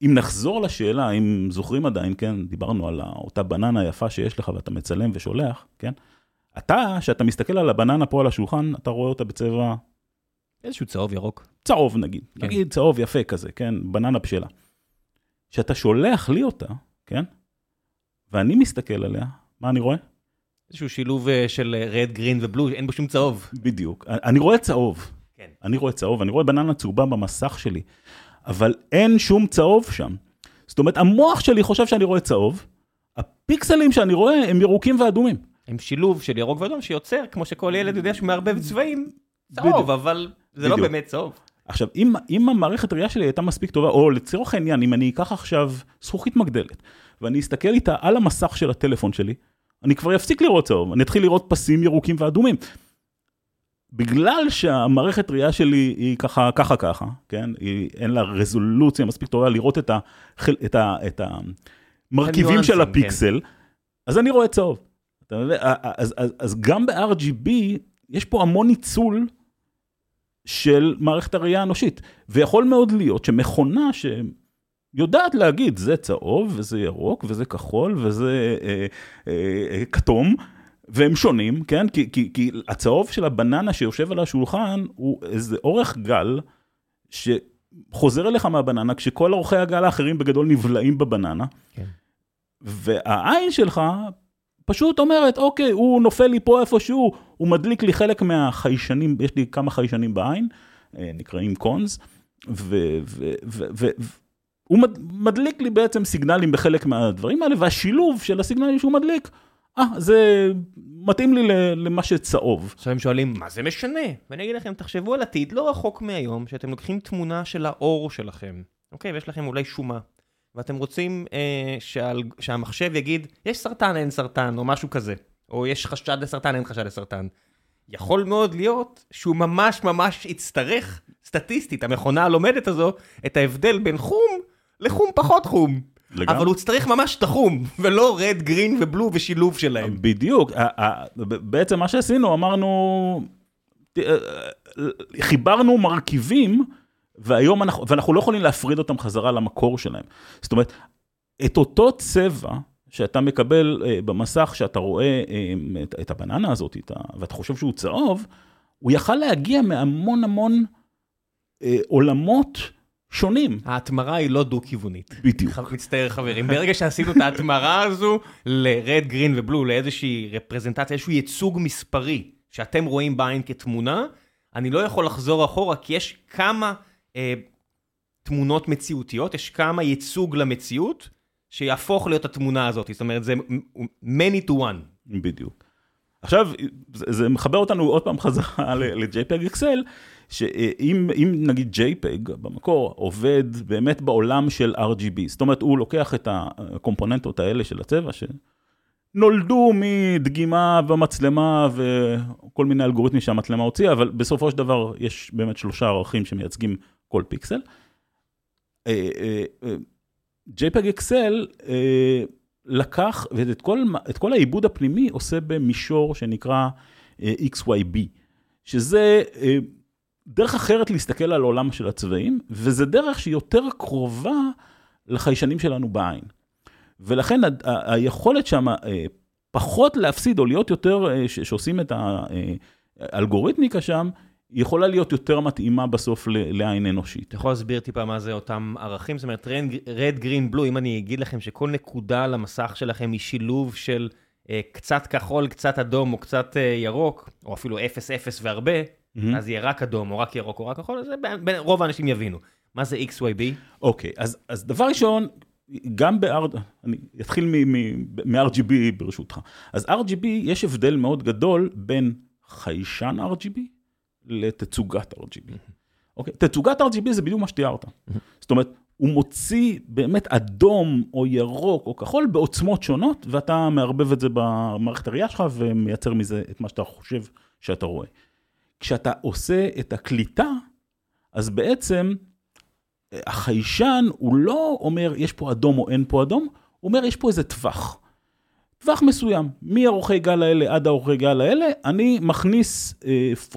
אם נחזור לשאלה, אם זוכרים עדיין, כן, דיברנו על אותה בננה היפה שיש לך, ואתה מצלם ושולח, כן? שאתה מסתכל על הבננה פה על השולחן, אתה רואה אותה בצבע... איזשהו צהוב ירוק. צהוב נגיד, כן. נגיד צהוב יפה כזה, כן? בננה בשלה. שאתה שולח לי אותה, כן? ואני מסתכל עליה, מה אני רואה? איזשהו שילוב של רד, גרין ובלו, אין בו שום צהוב. בדיוק. אני רואה צהוב. כן. אני רואה צהוב, אני רואה בננה צהובה במסך שלי, אבל אין שום צהוב שם. זאת אומרת, המוח שלי חושב שאני רואה צהוב, הפיקסלים שאני רואה הם ירוקים ואדומים. הם שילוב של ירוק ואדום שיוצר, כמו שכל ילד יודע שהוא מערבב צבעים, צהוב, אבל זה לא באמת צהוב. עכשיו, אם המערכת ראייה שלי הייתה מספיק טובה, או לצורך העניין, אם אני אקח עכשיו זכוכית מגדלת, ואני אסתכל איתה על המסך של הטלפון שלי, אני כבר יפסיק לראות צהוב, אני אתחיל לראות פסים ירוקים ואדומים. בגלל שהמערכת ראייה שלי היא ככה, כן? אין לה רזולוציה מספיק טובה לראות את המרכיבים של הפיקסל, אז אני רואה צהוב. אז גם ב-RGB יש פה המון ניצול של מערכת הראייה האנושית, ויכול מאוד להיות שמכונה שיודעת להגיד, זה צהוב, וזה ירוק, וזה כחול, וזה כתום, והם שונים, כן? כי הצהוב של הבננה שיושב על השולחן, הוא איזה אורך גל, שחוזר אליך מהבננה, כשכל אורכי הגל האחרים בגדול נבלעים בבננה, כן. והעין שלך פשוט אומרת, אוקיי, הוא נופל לי פה איפשהו, הוא מדליק לי חלק מהחיישנים, יש לי כמה חיישנים בעין, נקראים קונס, והוא מדליק לי בעצם סיגנלים בחלק מהדברים האלה, והשילוב של הסיגנלים שהוא מדליק, זה מתאים לי למה שצהוב. עכשיו הם שואלים, מה זה משנה? ואני אגיד לכם, תחשבו על עתיד, לא רחוק מהיום, שאתם לוקחים תמונה של האור שלכם, אוקיי? ויש לכם אולי שומה. ואתם רוצים שהמחשב יגיד, יש סרטן, אין סרטן, או משהו כזה. או יש חשד לסרטן, אין חשד לסרטן. יכול מאוד להיות שהוא ממש יצטרך, סטטיסטית, המכונה הלומדת הזו, את ההבדל בין חום לחום פחות חום. לגמרי. אבל הוא צריך ממש את החום, ולא רד, גרין ובלו ושילוב שלהם. בדיוק. בעצם מה שעשינו, אמרנו, חיברנו מרכיבים, ואנחנו לא יכולים להפריד אותם חזרה למקור שלהם. זאת אומרת, את אותו צבע שאתה מקבל במסך, שאתה רואה את הבננה הזאת, ואתה חושב שהוא צהוב, הוא יכל להגיע מהמון עולמות שונים. ההתמרה היא לא דו-כיוונית. בדיוק. מצטער חברים, ברגע שעשינו את ההתמרה הזו, לרד, גרין ובלו, לאיזושהי רפרזנטציה, איזשהו ייצוג מספרי, שאתם רואים בעין כתמונה, אני לא יכול לחזור אחורה, כי יש כמה תמונות מציאותיות, יש כמה ייצוג למציאות, שיהפוך להיות התמונה הזאת, זאת אומרת, זה many to one. בדיוק. עכשיו, זה מחבר אותנו עוד פעם חזרה ל-JPEG XL, שאם נגיד JPEG במקור עובד באמת בעולם של RGB, זאת אומרת, הוא לוקח את הקומפוננטות האלה של הצבע, שנולדו מדגימה ומצלמה וכל מיני אלגוריתמים שהמצלמה הוציאה, אבל בסופו של דבר יש באמת 3 ערכים שמייצגים כל פיקסל. JPEG XL לקח, ואת כל העיבוד הפנימי עושה במישור שנקרא XYB, שזה דרך אחרת להסתכל על העולם של הצבעים, וזה דרך שהיא יותר קרובה לחיישנים שלנו בעין. ולכן היכולת שם פחות להפסיד, או להיות יותר, שעושים את האלגוריתמיקה שם, יכולה להיות יותר מתאימה בסוף לעין אנושית. אתה יכול להסביר טיפה מה זה אותם ערכים? זאת אומרת, רד, גרין, בלו, אם אני אגיד לכם שכל נקודה על המסך שלכם היא שילוב של קצת כחול, קצת אדום או קצת ירוק, או אפילו 0, 0 והרבה, אז יהיה רק אדום או רק ירוק או רק כחול, אז רוב האנשים יבינו. מה זה XYB? אוקיי, אז דבר ראשון, גם אני אתחיל מ-RGB ברשותך. אז RGB יש הבדל מאוד גדול בין חיישן RGB, לתצוגת RGB. אוקיי? תצוגת RGB זה בדיוק מה שתיארת. זאת אומרת, הוא מוציא באמת אדום או ירוק או כחול בעוצמות שונות, ואתה מערבב את זה במערכת הראייה שלך, ומייצר מזה את מה שאתה חושב שאתה רואה. כשאתה עושה את הקליטה, אז בעצם החיישן הוא לא אומר יש פה אדום או אין פה אדום, הוא אומר יש פה איזה טווח. טווח מסוים, מהאורכי גל האלה עד האורכי גל האלה, אני מכניס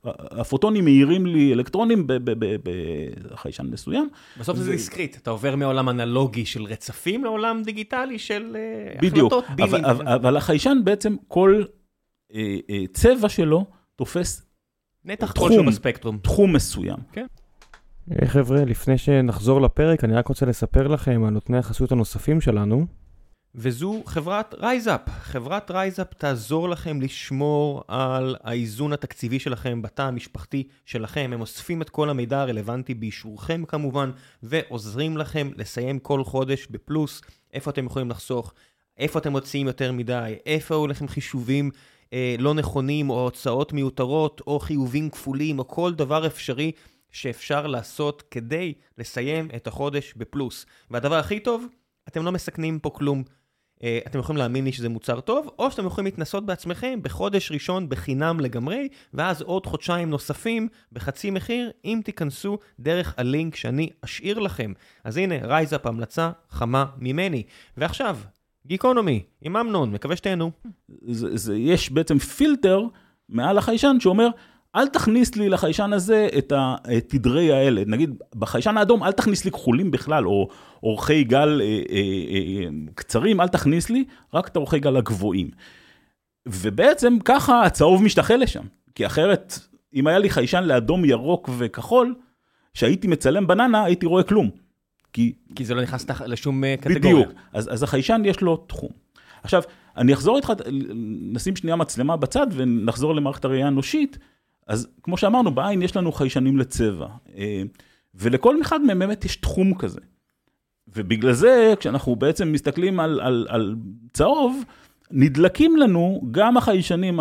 הפוטונים מהירים לי אלקטרונים בחיישן מסוים. בסוף זה דיסקריט, אתה עובר מעולם אנלוגי של רצפים לעולם דיגיטלי של החלטות בינים. בדיוק, אבל החיישן בעצם כל צבע שלו תופס נתח כלשהו בספקטרום. תחום מסוים. כן. חבר'ה, לפני שנחזור לפרק, אני רק רוצה לספר לכם על נותני החסות הנוספים שלנו. וזו חברת רייזאפ. חברת רייזאפ תעזור לכם לשמור על האיזון התקציבי שלכם, בתא המשפחתי שלכם. הם אוספים את כל המידע הרלוונטי באישורכם כמובן, ועוזרים לכם לסיים כל חודש בפלוס, איפה אתם יכולים לחסוך, איפה אתם מוציאים יותר מדי, איפה היו לכם חישובים לא נכונים, או הוצאות מיותרות, או חיובים כפולים, או כל דבר אפשרי שאפשר לעשות כדי לסיים את החודש בפלוס. והדבר הכי טוב, אתם לא מסכנים פה כלום. אתם יכולים להאמין לי שזה מוצר טוב, או שאתם יכולים להתנסות בעצמכם בחודש ראשון בחינם לגמרי, ואז עוד חודשיים נוספים בחצי מחיר, אם תיכנסו דרך הלינק שאני אשאיר לכם. אז הנה, רייזאפ, המלצה חמה ממני. ועכשיו, גיקונומי, עם אמנון, מקווה שתהנו. יש בעצם פילטר מעל החיישן שאומר, אל תכניס לי לחיישן הזה את התדרי האלה. נגיד, בחיישן האדום, אל תכניס לי כחולים בכלל, או אורכי גל קצרים, אל תכניס לי, רק את אורכי גל הגבוהים. ובעצם ככה הצהוב משתחל לשם. כי אחרת, אם היה לי חיישן לאדום, ירוק וכחול, שהייתי מצלם בננה, הייתי רואה כלום. כי זה לא נכנס לשום קטגוריה. בדיוק. אז החיישן יש לו תחום. עכשיו, אני אחזור איתך, נשים שנייה מצלמה בצד, ונחזור למערכת הראייה האנושית. אז כמו שאמרנו, בעין יש לנו חיישנים לצבע, ולכל אחד מהם באמת יש תחום כזה. ובגלל זה, כשאנחנו בעצם מסתכלים על צהוב, נדלקים לנו גם החיישנים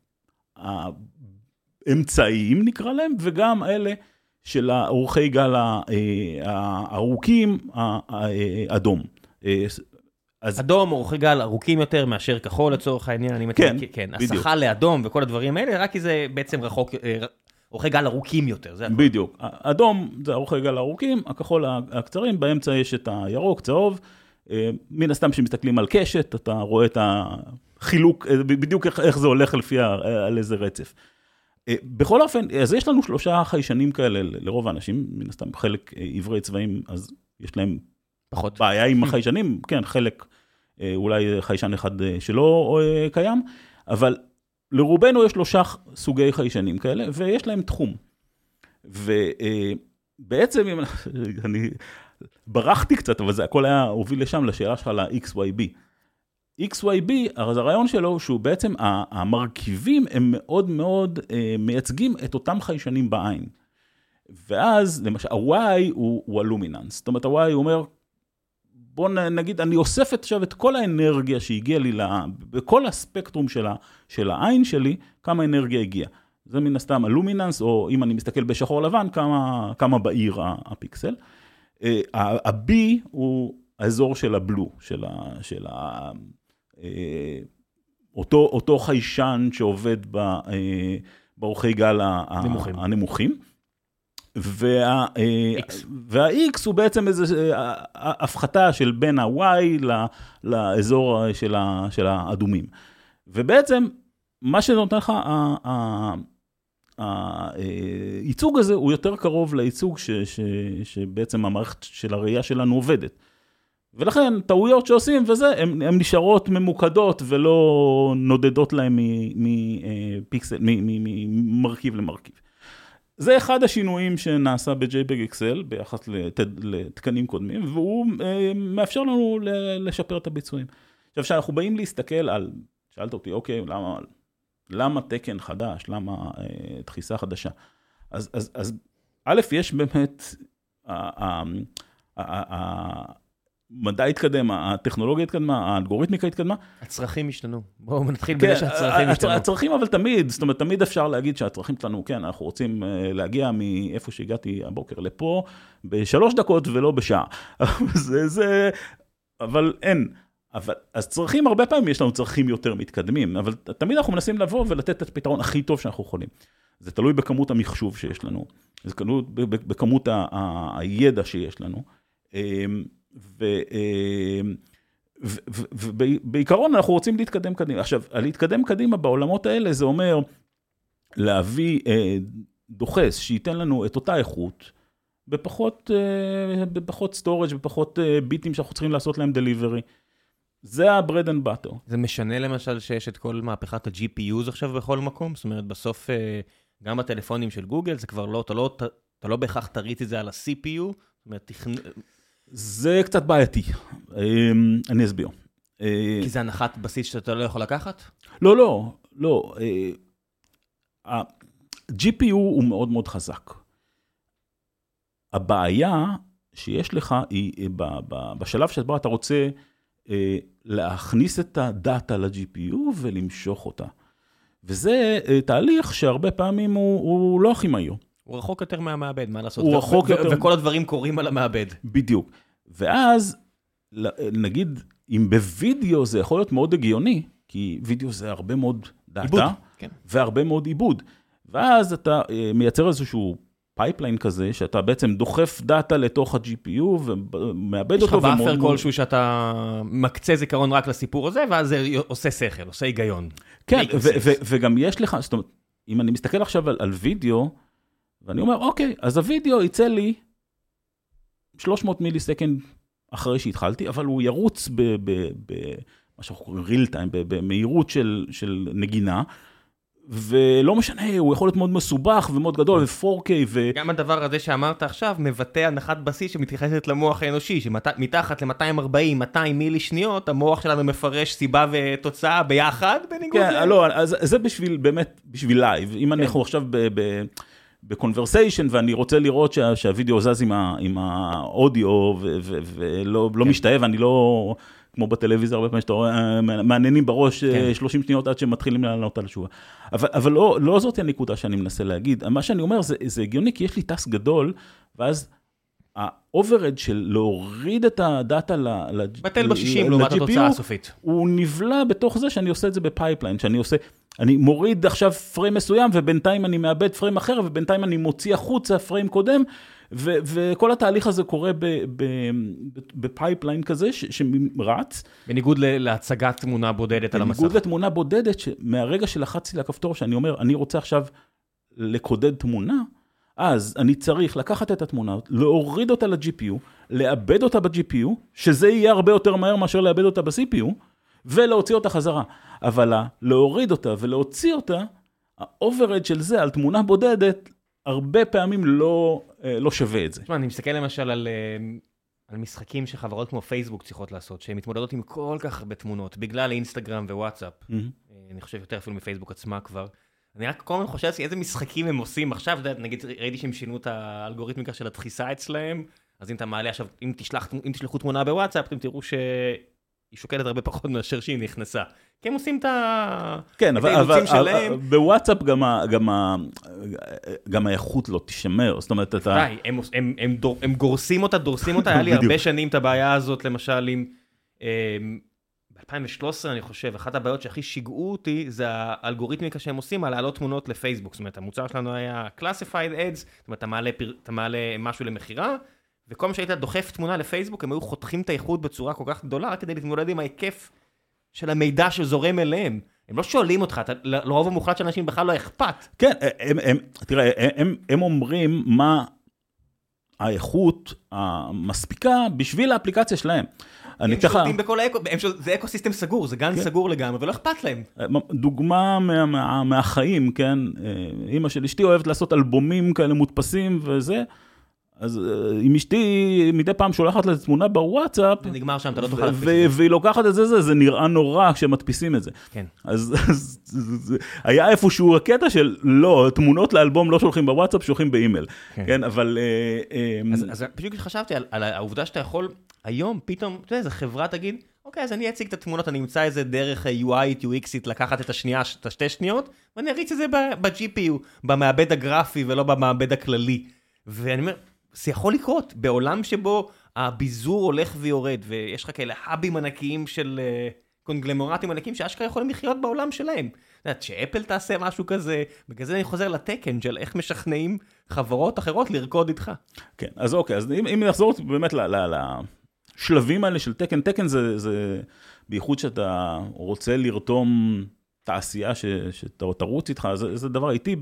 האמצעיים, נקרא להם, וגם אלה של האורכי גל הארוכים, האדום. אדום, אורכי גל ארוכים יותר מאשר כחול לצורך העניין. כן, בדיוק. הסחה לאדום וכל הדברים האלה, רק כי זה בעצם רחוק, אורכי גל ארוכים יותר. בדיוק. אדום זה אורכי גל ארוכים, הכחול הקצרים, באמצע יש את הירוק, צהוב. מן הסתם שמסתכלים על קשת, אתה רואה את החילוק, בדיוק איך זה הולך לפי על איזה רצף. בכל אופן, אז יש לנו 3 חיישנים כאלה לרוב האנשים, מן הסתם חלק עברי צבעים, אז יש להם פחות בעיה עם החיישנים, כן, חלק, אולי חיישן אחד שלא קיים, אבל לרובנו יש 3 סוגי חיישנים כאלה, ויש להם תחום. ובעצם, אני ברחתי קצת, אבל זה הכל היה הוביל לשם, לשאלה שלך ל-XYB. XYB, אז הרעיון שלו, שהוא בעצם, המרכיבים הם מאוד מאוד מייצגים את אותם חיישנים בעין. ואז, למשל, ה-Y הוא הלומיננס. זאת אומרת, ה-Y הוא אומר, בוא נגיד, אני אוסף עכשיו את כל האנרגיה שהגיעה לי, בכל הספקטרום של העין שלי, כמה אנרגיה הגיעה. זה מן הסתם הלומיננס, או אם אני מסתכל בשחור לבן, כמה בעיר הפיקסל. ה-B הוא האזור של הבלו, של אותו חיישן שעובד באורכי גל הנמוכים. וה-X הוא בעצם איזו הפחתה של בין ה-Y לאזור של האדומים. ובעצם, מה שנותן לך, הייצוג הזה הוא יותר קרוב לייצוג שבעצם המערכת של הראייה שלנו עובדת. ולכן, טעויות שעושים וזה, הן נשארות ממוקדות ולא נודדות להם ממרכיב למרכיב. זה אחד השינויים שנעשה ב-JPEG XL ביחס לתקנים קודמים, והוא מאפשר לנו לשפר את הביצועים. עכשיו, כשאנחנו באים להסתכל על, שאלת אותי, אוקיי, למה תקן חדש, למה דחיסה חדשה? אז א', יש באמת, המדע התקדם, הטכנולוגיה התקדמה, האלגוריתמיקה התקדמה. הצרכים השתנו. בואו נתחיל בזה שהצרכים השתנו. הצרכים אבל תמיד, זאת אומרת, תמיד אפשר להגיד שהצרכים שלנו, כן, אנחנו רוצים להגיע מאיפה שהגעתי הבוקר לפה, ב3 דקות ולא בשעה. אבל אין. אז צרכים, הרבה פעמים יש לנו צרכים יותר מתקדמים, אבל תמיד אנחנו מנסים לבוא ולתת את הפתרון הכי טוב שאנחנו יכולים. זה תלוי בכמות המחשוב שיש לנו, זה תלוי בכמות הידע שיש לנו, ובעיקרון אנחנו רוצים להתקדם קדימה. עכשיו, להתקדם קדימה בעולמות האלה זה אומר, להביא דוחס שייתן לנו את אותה איכות, בפחות storage, בפחות ביטים שאנחנו צריכים לעשות להם delivery. זה ה-bread and butter. זה משנה למשל שיש את כל מהפכת ה-GPUs עכשיו בכל מקום? זאת אומרת, בסוף גם בטלפונים של גוגל, זה כבר לא, אתה לא בהכרח תריץ את זה על ה-CPU, זאת אומרת, זה קצת בעייתי. אני אסביר. כי זה הנחת בסיס שאתה לא יכול לקחת? לא. ה-GPU הוא מאוד מאוד חזק. הבעיה שיש לך היא בשלב שבו אתה רוצה להכניס את הדאטה ל-GPU ולמשוך אותה. וזה תהליך שהרבה פעמים הוא לא הכי מהיר. הוא רחוק יותר מהמעבד, מה לעשות? הוא רחוק יותר. וכל הדברים קורים על המעבד. בדיוק. ואז, נגיד, אם בווידאו זה יכול להיות מאוד הגיוני, כי וידאו זה הרבה מאוד דאטה, עיבוד, כן. והרבה מאוד עיבוד. ואז אתה מייצר איזשהו פייפליין כזה, שאתה בעצם דוחף דאטה לתוך ה-GPU, ומאבד אותו. יש לך באפר כלשהו שאתה מקצה זיכרון רק לסיפור הזה, ואז זה עושה שכל, עושה היגיון. כן, וגם יש לך, זאת אומרת, אם אני מסתכל עכשיו על וידאו, ואני אומר, אוקיי, אז הוידאו יצא לי 300 מיליסקנד אחרי שהתחלתי, אבל הוא ירוץ במה שאנחנו קוראים real time, במהירות של נגינה, ולא משנה, הוא יכול להיות מאוד מסובך ומאוד גדול, ו-4K גם הדבר הזה שאמרת עכשיו, מבטא הנחת בסיס שמתייחסת למוח האנושי, שמתחת ל-240, 200 מילי שניות, המוח שלנו מפרש סיבה ותוצאה ביחד, בניגוד כן, לא, אז זה באמת בשביל לייב. אם אנחנו עכשיו בקונברסיישן, ואני רוצה לראות שהווידאו זז עם האודיו, ולא משתהה, ואני לא, כמו בטלוויזיה, הרבה פעמים שאתה רואה, מעניינים בראש 30 שניות עד שמתחילים לענות על התשובה. אבל לא זאת הנקודה שאני מנסה להגיד. מה שאני אומר, זה הגיוני, כי יש לי טס גדול, ואז האוברד של להוריד את הדאטה בטל ב-60 לעומת התוצאה הסופית. הוא נבלע בתוך זה שאני עושה את זה בפייפליין, אני מוריד עכשיו פריים מסוים, ובינתיים אני מאבד פריים אחר, ובינתיים אני מוציא החוצה פריים קודם, וכל התהליך הזה קורה בפייפליין כזה שמרץ. בניגוד להצגת תמונה בודדת על המסך. בניגוד לתמונה בודדת, שמהרגע שלחצתי לכפתור, שאני אומר, אני רוצה עכשיו לקודד תמונה, אז אני צריך לקחת את התמונה, להוריד אותה ל-GPU, לאבד אותה ב-GPU, שזה יהיה הרבה יותר מהר מאשר לאבד אותה ב-CPU, ולהוציא אותה חזרה. אבל להוריד אותה ולהוציא אותה, האוברד של זה על תמונה בודדת, הרבה פעמים לא שווה את זה. תשמע, אני מסתכל למשל על משחקים שחברות כמו פייסבוק צריכות לעשות, שהן מתמודדות עם כל כך הרבה תמונות, בגלל אינסטגרם ווואטסאפ. אני חושב יותר אפילו מפייסבוק עצמה כבר. אני רק כל הזמן חושב איזה משחקים הם עושים עכשיו, נגיד ראיתי שהם שינו את האלגוריתמיקה של הדחיסה אצלהם, אז אם אתה מעלה עכשיו, אם תשלחו תמונה בוואטסאפ, אתם תראו שהיא שוקלת הרבה פחות מאשר שהיא נכנסה. כי הם עושים את האילוצים שלהם. בוואטסאפ גם האיכות לא תשמר, זאת אומרת, אתה... די, הם גורסים אותה, דורסים אותה, היה לי הרבה שנים את הבעיה הזאת, למשל, עם... ב-2013 אני חושב, אחת הבעיות שהכי שיגעו אותי, זה האלגוריתמיקה שהם עושים על להעלות תמונות לפייסבוק. זאת אומרת, המוצר שלנו היה Classified Ads, זאת אומרת, אתה מעלה משהו למחירה, וכל מה שהיית דוחף תמונה לפייסבוק, הם היו חותכים את האיכות בצורה כל כך גדולה, רק כדי להתמודד עם ההיקף של המידע שזורם אליהם. הם לא שואלים אותך, לרוב המוחלט של אנשים בכלל לא אכפת. כן, תראה, הם אומרים מה האיכות המספיקה בשביל האפליקציה שלהם. הם שולטים בכל זה אקוסיסטם סגור, זה גן סגור לגמרי, ולא אכפת להם. דוגמה מהחיים, כן, אמא של אשתי אוהבת לעשות אלבומים כאלה מודפסים וזה, אז אם אשתי מדי פעם שולחת לזה תמונה בוואטסאפ, זה נגמר שם, אתה לא תוכל להדפיס. והיא לוקחת את זה נראה נורא כשמדפיסים את זה. כן. אז היה איפשהו הקטע של לא, תמונות לאלבום לא שולחים בוואטסאפ, שולחים באימייל. כן, אבל... אז פשוט חשבתי על העובדה שאתה יכול, היום פתאום, אתה יודע, איזה חברה תגיד, אוקיי, אז אני אציג את התמונות, אני אמצא איזה דרך UI, UXית, לקחת את השנייה, את השתי שניות, ואני אריץ את זה ב-GPU, במעבד הגרפי ולא במעבד הכללי. ואני אומר, זה יכול לקרות בעולם שבו הביזור הולך ויורד, ויש לך כאלה האבים ענקיים של קונגלמורטים ענקיים, שאשכרה יכולים לחיות בעולם שלהם. אתה יודעת, שאפל תעשה משהו כזה, בגלל זה אני חוזר לטקן של איך משכנעים חברות אחרות לרקוד איתך. כן, אז אוקיי, אז אם נחזור באמת לשלבים האלה של טקן, טקן זה בייחוד שאתה רוצה לרתום תעשייה שתרוץ איתך, זה דבר איטי,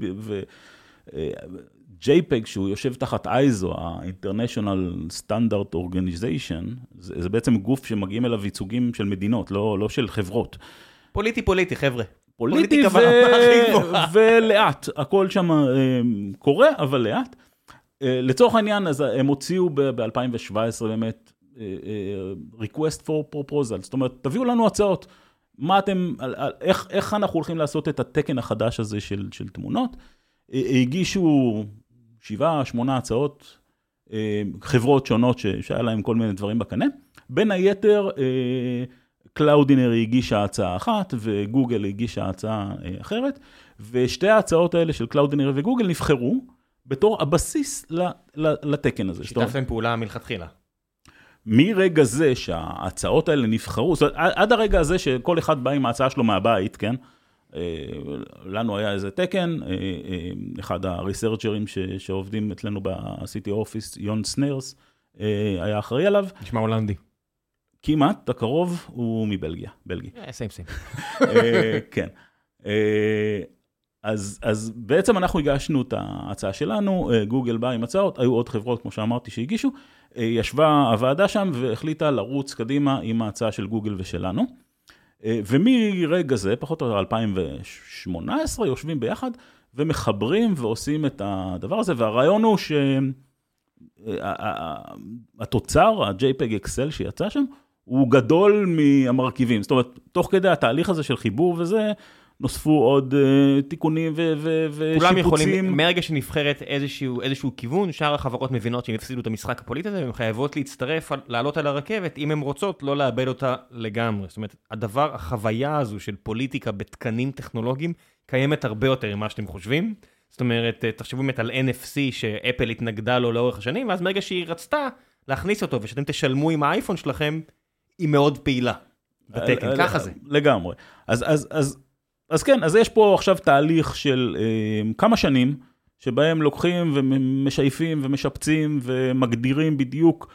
JPEG שהוא יושב תחת ISO, ה-International Standard Organization, זה בעצם גוף שמגיעים אליו ייצוגים של מדינות, לא של חברות. פוליטי, חבר'ה. פוליטי ולאט, הכל שם קורה, אבל לאט. לצורך העניין, אז הם הוציאו ב-2017 באמת, request for proposal, זאת אומרת, תביאו לנו הצעות, מה אתם, איך אנחנו הולכים לעשות את התקן החדש הזה של תמונות, הגישו 7-8 הצעות, חברות שונות שהיה להם כל מיני דברים בקנה, בין היתר, קלאודינרי הגישה הצעה אחת, וגוגל הגישה הצעה אחרת, ושתי ההצעות האלה של קלאודינרי וגוגל נבחרו, בתור הבסיס לתקן הזה. שיתפתם פעולה מלכתחילה. מרגע זה שההצעות האלה נבחרו, זאת אומרת, עד הרגע הזה שכל אחד בא עם ההצעה שלו מהבית, כן? לנו היה איזה תקן, אחד הריסרצ'רים שעובדים אצלנו ב-City Office, יון סנרס, היה אחראי עליו. נשמע הולנדי. כמעט, הקרוב הוא מבלגיה, בלגי. סיים. כן. אז בעצם אנחנו הגשנו את ההצעה שלנו, גוגל בא עם הצעות, היו עוד חברות, כמו שאמרתי, שהגישו, ישבה הוועדה שם והחליטה לרוץ קדימה עם ההצעה של גוגל ושלנו, ומרגע זה, פחות או יותר 2018, יושבים ביחד ומחברים ועושים את הדבר הזה, והרעיון הוא שהתוצר, ה-JPEG Excel שיצא שם, הוא גדול מהמרכיבים, זאת אומרת, תוך כדי התהליך הזה של חיבור וזה, נוספו עוד תיקונים ושיפוצים. כולם יכולים, מרגע שנבחרת איזשהו כיוון, שאר החברות מבינות שהם יפסידו את המשחק הפוליטי הזה, והן חייבות להצטרף, לעלות על הרכבת, אם הן רוצות, לא לאבד אותה לגמרי. זאת אומרת, החוויה הזו של פוליטיקה בתקנים טכנולוגיים, קיימת הרבה יותר ממה שאתם חושבים. זאת אומרת, תחשבו באמת על NFC, שאפל התנגדה לו לאורך השנים, ואז מרגע שהיא רצתה להכניס אותו, ושאתם תשלמו עם האייפון שלכם, היא מאוד פעילה. בתקן, ככה זה. לגמרי. אז כן, אז יש פה עכשיו תהליך של כמה שנים, שבהם לוקחים ומשייפים ומשפצים ומגדירים בדיוק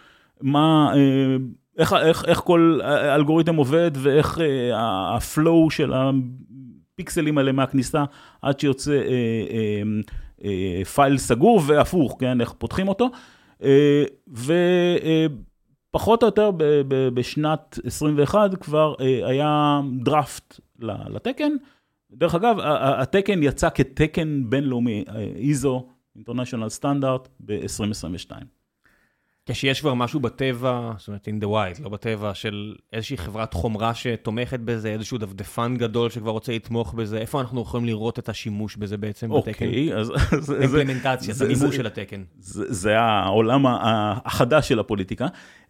איך כל אלגוריתם עובד, ואיך הפלואו של הפיקסלים האלה מהכניסה, עד שיוצא פייל סגור והפוך, כן, איך פותחים אותו, ופחות או יותר בשנת 21 כבר היה דראפט לתקן, דרך אגב, התקן יצא כתקן בינלאומי, ISO, International Standard, ב-2022. כשיש כבר משהו בטבע, זאת אומרת, in the wild, לא בטבע, של איזושהי חברת חומרה שתומכת בזה, איזשהו דפדפן גדול שכבר רוצה לתמוך בזה, איפה אנחנו יכולים לראות את השימוש בזה בעצם בתקן? אוקיי, אז... אימפלמנטציה, זה מימוש של התקן. זה העולם החדש של הפוליטיקה.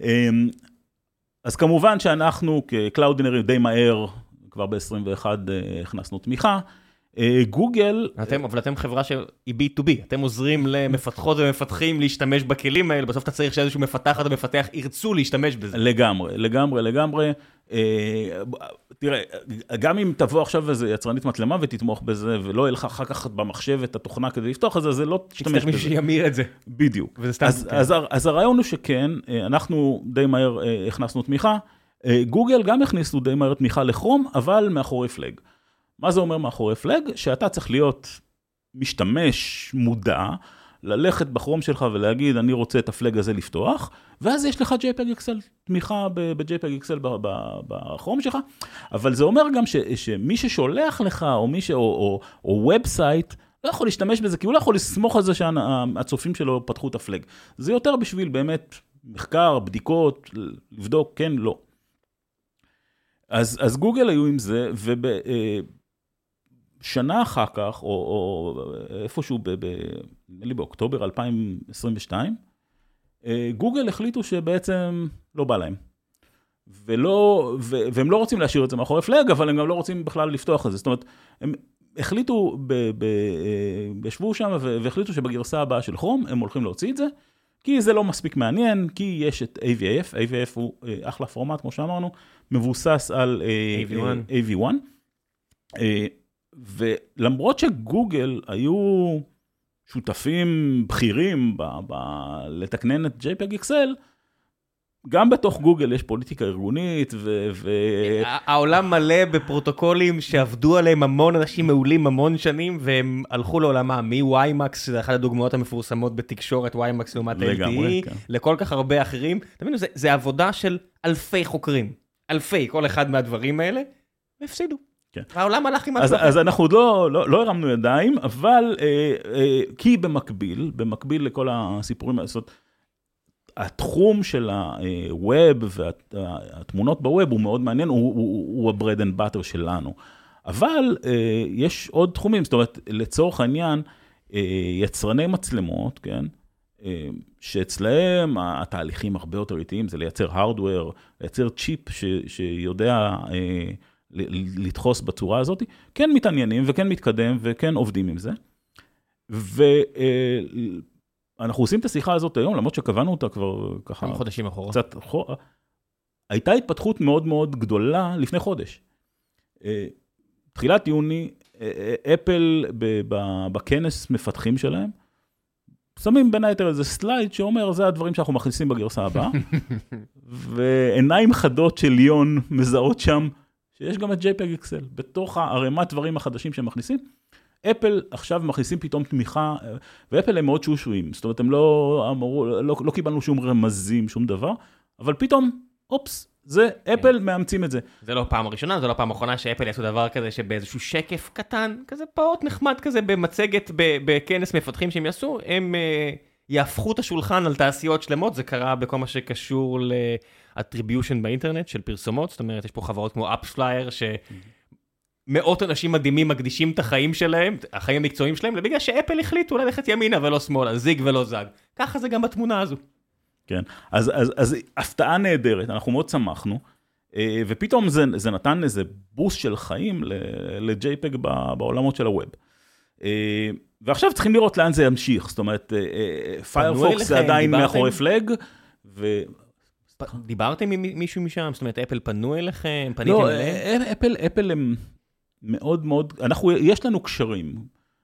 אז כמובן שאנחנו כקלאודינרי די מהר, כבר ב-21 הכנסנו תמיכה. גוגל... אבל אתם חברה שהיא B2B, אתם עוזרים למפתחות ומפתחים להשתמש בכלים האלה, בסוף אתה צריך שאיזשהו מפתחת ומפתח ירצו להשתמש בזה. לגמרי. תראה, גם אם תבוא עכשיו איזה יצרנית מצלמה ותתמוך בזה, ולא יהיה לך אחר כך במחשב את התוכנה כדי לפתוח את זה, זה לא תשתמש בזה. תצטרך מישהו שימיר את זה. בדיוק. אז הרעיון הוא שכן, אנחנו די מהר הכנסנו תמיכה, גוגל גם הכניסו די מהר תמיכה לכרום, אבל מאחורי פלג. מה זה אומר מאחורי פלג? שאתה צריך להיות משתמש מודע, ללכת בכרום שלך ולהגיד, אני רוצה את הפלג הזה לפתוח, ואז יש לך JPEG Excel, תמיכה ב-JPEG Excel בכרום שלך, אבל זה אומר גם שמי ששולח לך, או ובסייט, לא יכול להשתמש בזה, כי הוא לא יכול לסמוך על זה שהצופים שלו פתחו את הפלג. זה יותר בשביל באמת מחקר, בדיקות, לבדוק, כן, לא. אז גוגל היו עם זה, ובשנה אחר כך, או איפשהו באוקטובר 2022, גוגל החליטו שבעצם לא בא להם. והם לא רוצים להשאיר את זה מאחורי פלג, אבל הם גם לא רוצים בכלל לפתוח את זה. זאת אומרת, הם החליטו, ישבו שם והחליטו שבגרסה הבאה של כרום, הם הולכים להוציא את זה, כי זה לא מספיק מעניין, כי יש את AVF, AVF הוא אחלה פורמט, כמו שאמרנו, מבוסס על AV1, ולמרות שגוגל היו שותפים בכירים לתקנן את JPEG Excel, גם בתוך גוגל יש פוליטיקה ארגונית, העולם מלא בפרוטוקולים שעבדו עליהם המון אנשים מעולים המון שנים, והם הלכו לעולמה, מ-YMAX, שזה אחת הדוגמאות המפורסמות בתקשורת, YMAX לעומת LTE, לכל כך הרבה אחרים. תבינו, זה עבודה של אלפי חוקרים, אלפי, כל אחד מהדברים האלה, והפסידו. העולם הלך עם עצמך. אז אנחנו עוד לא הרמנו ידיים, אבל כי במקביל לכל הסיפורים, התחום של הווב והתמונות בווב הוא מאוד מעניין, הוא ה-bread and butter שלנו. אבל יש עוד תחומים, זאת אומרת, לצורך העניין, יצרני מצלמות, כן? שאצלהם התהליכים הרבה יותר איטיים, זה לייצר הארדוור, לייצר צ'יפ שיודע לדחוס בצורה הזאת, כן מתעניינים וכן מתקדם וכן עובדים עם זה. אנחנו עושים את השיחה הזאת היום, למרות שקבענו אותה כבר ככה... כמה חודשים אחורה. קצת אחורה. הייתה התפתחות מאוד מאוד גדולה לפני חודש. תחילת יוני, אפל בכנס מפתחים שלהם, שמים בין היתר איזה סלייד שאומר, זה הדברים שאנחנו מכניסים בגרסה הבאה, ועיניים חדות של ליון מזהות שם, שיש גם את JPEG XL, בתוך הרמת דברים החדשים שהם מכניסים, אפל עכשיו מכניסים פתאום תמיכה, ואפל הם מאוד שושווים, זאת אומרת, הם לא קיבלנו שום רמזים, שום דבר, אבל פתאום, אופס, זה, אפל מאמצים את זה. זה לא פעם ראשונה, זה לא פעם אחרונה שאפל יעשו דבר כזה, שבאיזשהו שקף קטן, כזה פעוט נחמד כזה, במצגת, בכנס מפתחים שהם יעשו, הם יהפכו את השולחן על תעשיות שלמות, זה קרה בכל מה שקשור ל-attribution באינטרנט של פרסומות, זאת אומרת, יש פה חברות כמו AppsFlyer, מאות אנשים מדהימים מקדישים את החיים שלהם, החיים המקצועיים שלהם, לבגלל שאפל החליטו ללכת ימינה ולא שמאלה, זיג ולא זג. ככה זה גם בתמונה הזו. כן, אז הפתעה נהדרת, אנחנו מאוד שמחנו, ופתאום זה נתן איזה בוסט של חיים ל-JPEG בעולמות של הווב. ועכשיו צריכים לראות לאן זה ימשיך, זאת אומרת, פיירפוקס זה עדיין מאחורי פלג, דיברתם עם מישהו משם? זאת אומרת, אפל פנו אליכם? פניתם אליהם? לא, אפל הם מאוד מאוד, יש לנו קשרים.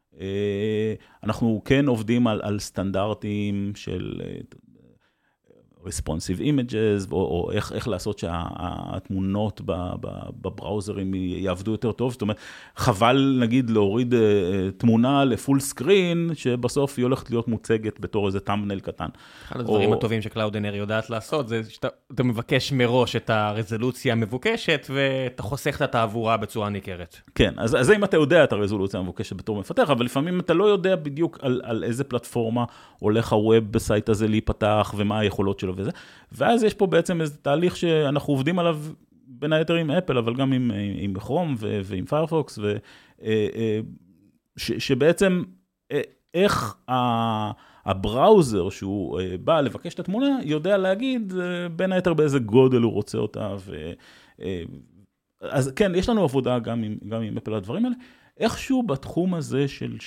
אנחנו כן עובדים על סטנדרטים של responsive images, או איך לעשות שהתמונות בבראוזרים יעבדו יותר טוב. זאת אומרת, חבל נגיד להוריד תמונה לפול סקרין, שבסוף היא הולכת להיות מוצגת בתור איזה טאמבנייל קטן. אחד הדברים הטובים שקלאודנר יודעת לעשות, זה שאתה מבקש מראש את הרזולוציה המבוקשת, ואתה חוסך את התעבורה בצורה ניכרת. כן, אז זה אם אתה יודע את הרזולוציה המבוקשת בתור מפתח, אבל לפעמים אתה לא יודע בדיוק על איזה פלטפורמה הולך הווב בסייט הזה להיפתח, ומה היכולות שלו וזה. ואז יש פה בעצם איזה תהליך שאנחנו עובדים עליו בין היתר עם אפל, אבל גם עם כרום ועם פיירפוקס, שבעצם איך הבראוזר שהוא בא לבקש את התמונה, יודע להגיד בין היתר באיזה גודל הוא רוצה אותה. אז כן, יש לנו עבודה גם עם אפל הדברים האלה. איכשהו בתחום הזה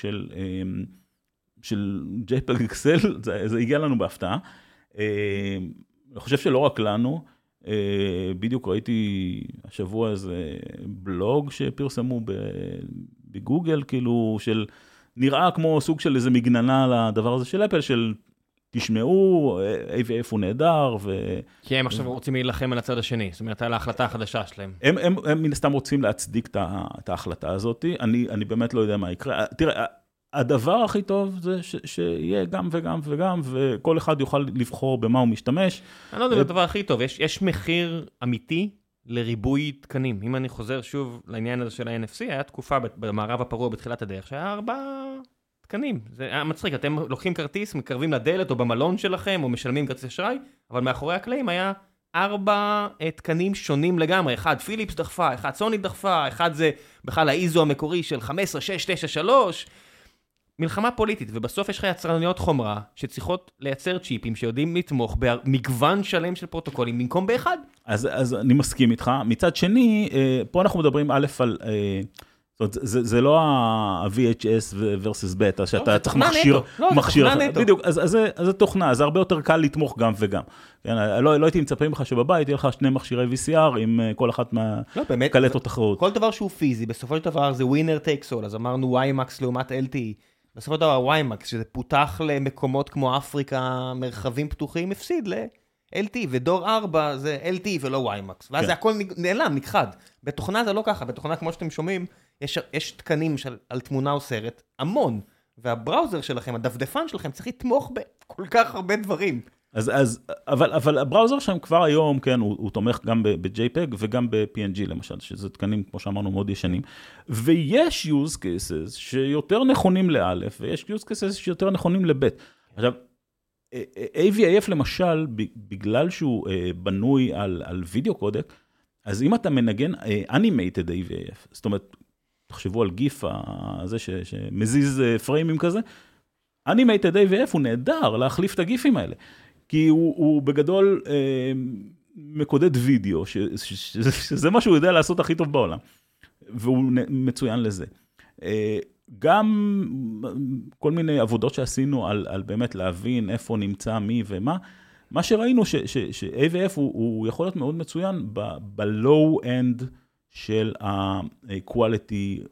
של JPEG XL, זה הגיע לנו בהפתעה. אני חושב שלא רק לנו, בדיוק ראיתי השבוע איזה בלוג שפרסמו בגוגל, כאילו נראה כמו סוג של איזה מגננה לדבר הזה של אפל, של תשמעו, AVF הוא נהדר, כי הם עכשיו רוצים להילחם על הצד השני, זאת אומרת, על ההחלטה החדשה שלהם. הם מן הסתם רוצים להצדיק את ההחלטה הזאת, אני באמת לא יודע מה יקרה. תראה, הדבר הכי טוב זה שיהיה גם וגם וגם, וכל אחד יוכל לבחור במה הוא משתמש. אני לא יודע, זה הדבר הכי טוב. יש מחיר אמיתי לריבוי תקנים. אם אני חוזר שוב לעניין הזה של ה-NFC, היה תקופה במערב הפרוע בתחילת הדרך, שהיה 4 תקנים. זה היה מצחיק, אתם לוקחים כרטיס, מקרבים לדלת או במלון שלכם, או משלמים כרטיס אשראי, אבל מאחורי הקלעים היה 4 תקנים שונים לגמרי. אחד פיליפס דחפה, אחד סוני דחפה, אחד זה בכלל האיזו המקורי של 15693, מלחמה פוליטית, ובסוף יש לך יצרניות חומרה שצריכות לייצר צ'יפים שיודעים לתמוך במגוון שלם של פרוטוקולים במקום באחד. אז אני מסכים איתך. מצד שני, פה אנחנו מדברים א' על, זה לא ה-VHS versus beta, שאתה צריך מכשיר. בדיוק, אז זה תוכנה, זה הרבה יותר קל לתמוך גם וגם. לא הייתי מצפה ממך שבבית יהיה לך 2 מכשירי VCR עם כל אחת מהקלטות אחרות. כל דבר שהוא פיזי, בסופו של דבר זה winner takes all, אז אמרנו YMAX לעומת LTE. בסופו של דבר YMAX, שזה פותח למקומות כמו אפריקה, מרחבים פתוחים, הפסיד LT, ודור 4 זה LT ולא WiMAX, ואז זה הכל נעלם, נכחד. בתוכנה זה לא ככה, בתוכנה כמו שאתם שומעים, יש תקנים על תמונה או סרט, המון, והבראוזר שלכם, הדפדפן שלכם, צריך לתמוך בכל כך הרבה דברים. אבל הבראוזר שם כבר היום, כן, הוא תומך גם ב-JPEG וגם ב-PNG למשל, שזה תקנים, כמו שאמרנו, מאוד ישנים. ויש use cases שיותר נכונים לאלף, ויש use cases שיותר נכונים לבית. עכשיו, AVIF למשל, בגלל שהוא בנוי על וידאו קודק, אז אם אתה מנגן animated AVIF, זאת אומרת, תחשבו על גיף הזה שמזיז פריימים כזה, animated AVIF הוא נהדר להחליף את הגיפים האלה. כי הוא בגדול מקודד וידאו, שזה מה שהוא יודע לעשות הכי טוב בעולם, והוא מצוין לזה. גם כל מיני עבודות שעשינו על באמת להבין איפה נמצא מי ומה, מה שראינו ש-AVF הוא יכול להיות מאוד מצוין ב-low end של ה-quality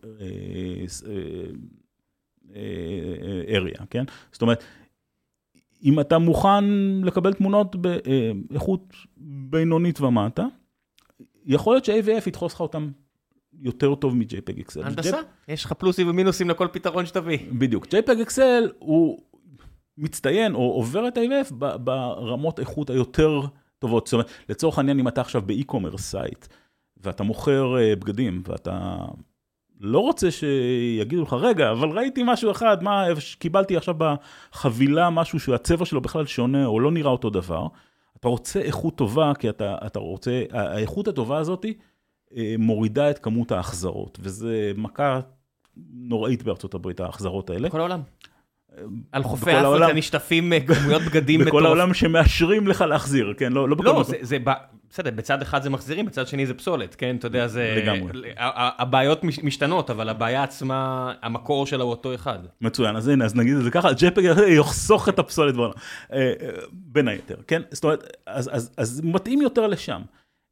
area, כן? זאת אומרת, אם אתה מוכן לקבל תמונות באיכות בינונית ומטה, יכול להיות ש-AVF ידחוס לך אותם יותר טוב מ-JPEG XL. הנדסה, יש לך פלוסים ומינוסים לכל פתרון שתביא. בדיוק, JPEG XL הוא מצטיין או עובר את AVF ברמות איכות היותר טובות. זאת אומרת, לצורך העניין, אם אתה עכשיו באי-קומרס סייט, ואתה מוכר בגדים, ואתה לא רוצה שיגידו לך, רגע, אבל ראיתי משהו אחד, מה, קיבלתי עכשיו בחבילה משהו שהצבע שלו בכלל שונה, או לא נראה אותו דבר. אתה רוצה איכות טובה, כי אתה רוצה, האיכות הטובה הזאת מורידה את כמות ההחזרות, וזה מכה נוראית בארצות הברית, ההחזרות האלה. בכל העולם. על חופי אפריקה נשטפים כמויות בגדים בכל העולם שמאשרים לך להחזיר, כן? לא בכל לא, זה בסדר, בצד אחד זה מחזירים, בצד שני זה פסולת, כן? אתה יודע, זה... לגמרי. הבעיות משתנות, אבל הבעיה עצמה, המקור שלה הוא אותו אחד. מצוין, אז הנה, אז נגיד את זה ככה, JPEG יחסוך את הפסולת בעולם. בין היתר, כן? זאת אומרת, אז מתאים יותר לשם.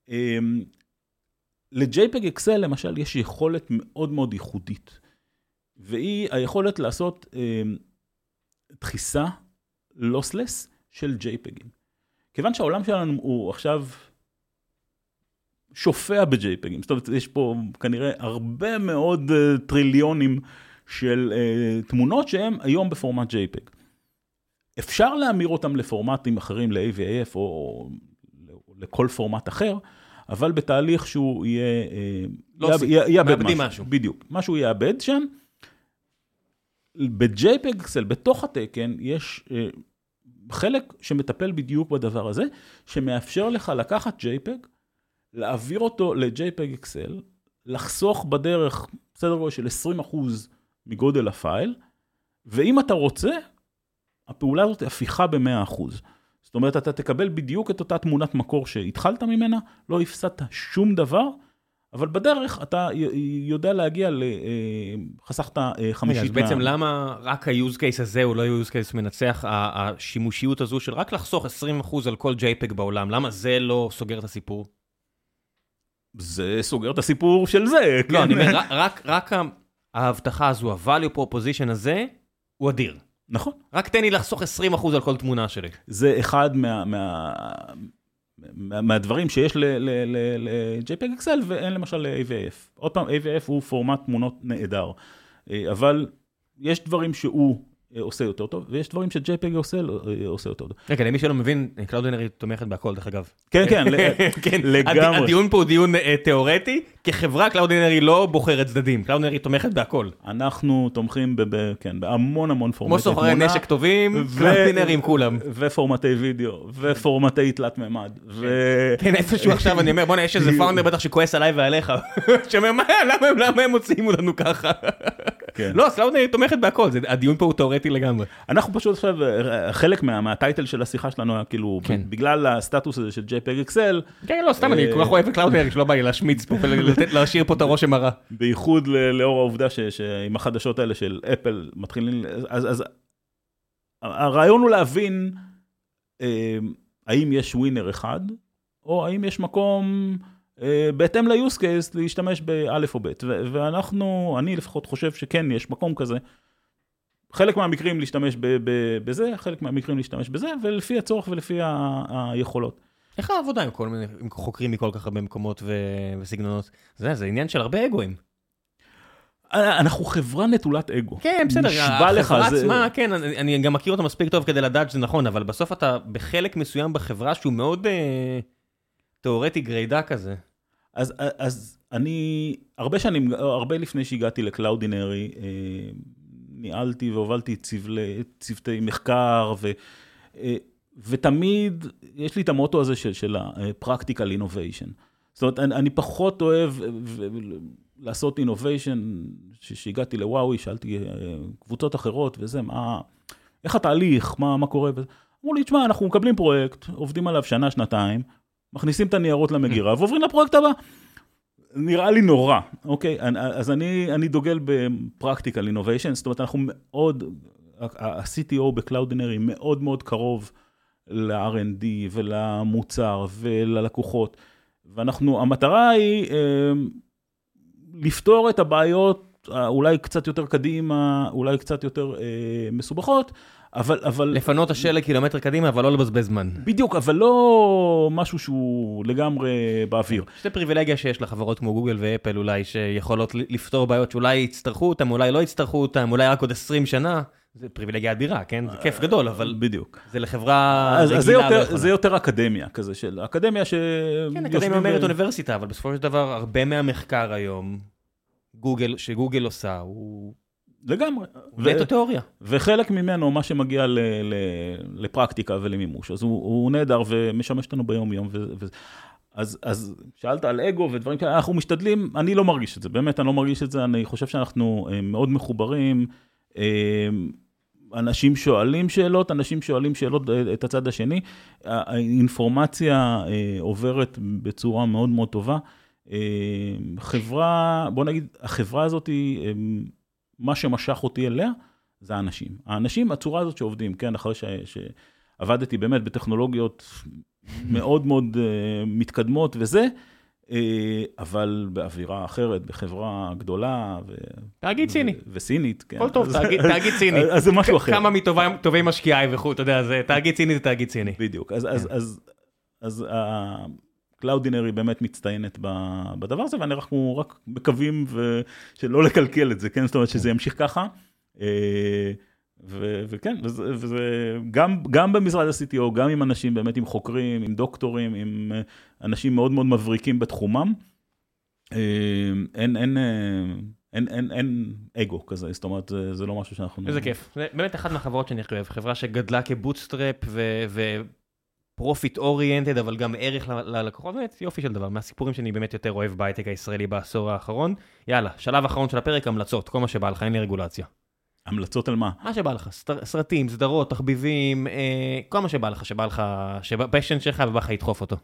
ל-JPEG XL, למשל, יש יכולת מאוד מאוד ייחודית, והיא היכולת לעשות דחיסה לוסלס של JPEGים. כיוון שהעולם שלנו הוא עכשיו שופע ב-JPEGים, זאת אומרת, יש פה כנראה הרבה מאוד טריליונים של תמונות שהן היום בפורמט JPEG. אפשר להמיר אותם לפורמטים אחרים, ל-AVIF או לכל פורמט אחר, אבל בתהליך שהוא יאבד משהו. בדיוק, משהו יאבד שם. ב-JPEG XL, בתוך התקן, יש חלק שמטפל בדיוק בדבר הזה, שמאפשר לך לקחת JPEG, להעביר אותו ל-JPEG XL, לחסוך בדרך סדר גודל של 20% מגודל הפייל, ואם אתה רוצה, הפעולה הזאת הפיכה ב-100%. זאת אומרת, אתה תקבל בדיוק את אותה תמונת מקור שהתחלת ממנה, לא הפסדת שום דבר, אבל בדרך אתה יודע להגיע חסכת חמישית. אז בעצם למה רק ה-use case הזה הוא לא use case מנצח, השימושיות הזו של רק לחסוך 20% על כל JPEG בעולם, למה זה לא סוגר את הסיפור? זה סוגר את הסיפור של זה. לא, אני אומר, רק ההבטחה הזו, ה-value proposition הזה, הוא אדיר. נכון. רק תן לי לחסוך 20% על כל תמונה שלי. זה אחד מהדברים שיש ל-JPEG XL ואין למשל ל-AVIF. עוד פעם, AVIF הוא פורמט תמונות נהדר, אבל יש דברים שהוא עושה יותר טוב, ויש דברים ש-JPEG עושה יותר טוב. רגע, למי שלא מבין, קלאודינרי תומכת בהכל, דרך אגב. כן, כן, לגמרי. הדיון פה הוא דיון תיאורטי, כחברה קלאודינרי לא בוחרת צדדים, קלאודינרי תומכת בהכל. אנחנו תומכים בהמון המון פורמטי תמונה. כמו סוחרי נשק טובים, קלאודינרים כולם. ופורמטי וידאו, ופורמטי תלת ממד. כן, איפשהו עכשיו אני אומר, בוא יש איזה פאונדר בטח שכועס עליי ועליך, שאומר, למה הם מוציאים אותנו ככה? לא, קלאודינרי תומכת בהכל, הדיון פה הוא תיאורטי לגמרי. אנחנו פשוט עכשיו, חלק מהטייטל של השיחה שלנו היה כאילו, בגלל הסטטוס הזה של JPEG XL. כן, לא, סתם, אני כל כך אוהב קלאודינרי, שלא בא לי להשמיץ פה ולהשאיר פה את הראש המרה. בייחוד לאור העובדה שעם החדשות האלה של אפל מתחילים, אז הרעיון הוא להבין האם יש ווינר אחד, או האם יש מקום בהתאם ל-use case להשתמש באלף או בית. ואני לפחות חושב שכן, יש מקום כזה. חלק מהמקרים להשתמש בזה, חלק מהמקרים להשתמש בזה, ולפי הצורך ולפי היכולות. איך העבודה עם כל מיני חוקרים מכל כך הרבה מקומות וסגנונות? זה עניין של הרבה אגואים. אנחנו חברה נטולת אגו. כן, בסדר. נשבע לך. החברה עצמה, כן, אני גם מכיר אותה מספיק טוב כדי לדעת שזה נכון, אבל בסוף אתה בחלק מסוים בחברה שהוא מאוד תיאורטי גרידה כזה. אז אני, הרבה לפני שהגעתי לקלאודינרי, ניהלתי והובלתי צוותי מחקר, ותמיד יש לי את המוטו הזה של ה-practical innovation. זאת אומרת, אני פחות אוהב לעשות innovation, שהגעתי לוואוי, שאלתי קבוצות אחרות וזה, איך התהליך, מה קורה? אמרו לי, תשמע, אנחנו מקבלים פרויקט, עובדים עליו שנה, שנתיים, מכניסים את הניירות למגירה, ועוברים לפרויקט הבא. נראה לי נורא, אוקיי? אז אני דוגל ב-practical innovation, זאת אומרת, אנחנו מאוד, ה-CTO בקלאודינרי מאוד מאוד קרוב ל-R&D ולמוצר וללקוחות, המטרה היא לפתור את הבעיות, אולי קצת יותר קדימה, אולי קצת יותר מסובכות, אבל... לפנות השלג קילומטר קדימה, אבל לא לבזבז זמן. בדיוק, אבל לא משהו שהוא לגמרי באוויר. שתי פריבילגיה שיש לחברות כמו גוגל ואפל אולי, שיכולות לפתור בעיות שאולי יצטרכו אותם, אולי לא יצטרכו אותם, אולי רק עוד 20 שנה. זה פריבילגיה אדירה, כן? זה כיף גדול, אבל... בדיוק. זה לחברה רגילה לא יכולה. זה יותר אקדמיה כזה של... אקדמיה ש... כן, אקדמיה אומרת אוניברסיטה, אבל בסופו של דבר, הרבה מהמחקר היום, שגוגל עושה, הוא... לגמרי. נטו תיאוריה. וחלק ממנו, מה שמגיע לפרקטיקה ולמימוש, אז הוא נהדר ומשמש אותנו ביום יום. אז שאלת על אגו ודברים כאלה, אנחנו משתדלים, אני לא מרגיש את זה, באמת אני לא מרגיש את זה, אני חושב שאנחנו מאוד מחוברים, אנשים שואלים שאלות את הצד השני, האינפורמציה עוברת בצורה מאוד מאוד טובה, חברה, בוא נגיד, החברה הזאת היא, מה שמשך אותי אליה, זה האנשים. האנשים, הצורה הזאת שעובדים, כן, אחרי שעבדתי באמת בטכנולוגיות מאוד מאוד מתקדמות וזה, אבל באווירה אחרת, בחברה גדולה תאגיד סיני. וסינית, כן. כל טוב, תאגיד סיני. אז זה משהו אחר. כמה מטובי משקיעי וכו', אתה יודע, תאגיד סיני זה תאגיד סיני. בדיוק. אז קלאודינרי באמת מצטיינת בדבר הזה, ואנחנו רק מקווים שלא לקלקל את זה, כן? זאת אומרת שזה ימשיך ככה, וכן, וזה גם במשרד ה-CTO, גם עם אנשים באמת עם חוקרים, עם דוקטורים, עם אנשים מאוד מאוד מבריקים בתחומם, אין אגו כזה, זאת אומרת, זה לא משהו שאנחנו... איזה כיף. זה באמת אחת מהחברות שאני אוהב, חברה שגדלה כבוטסטראפ פרופיט אוריינטד, אבל גם ערך ללקוחות, באמת יופי של דבר, מהסיפורים שאני באמת יותר אוהב בהייטק הישראלי בעשור האחרון. יאללה, שלב האחרון של הפרק, המלצות, כל מה שבא לך, אין לי רגולציה. המלצות על מה? מה שבא לך, סרטים, סדרות, תחביבים, כל מה שבא לך, שבפשן שלך ובא לך ידחוף אותו.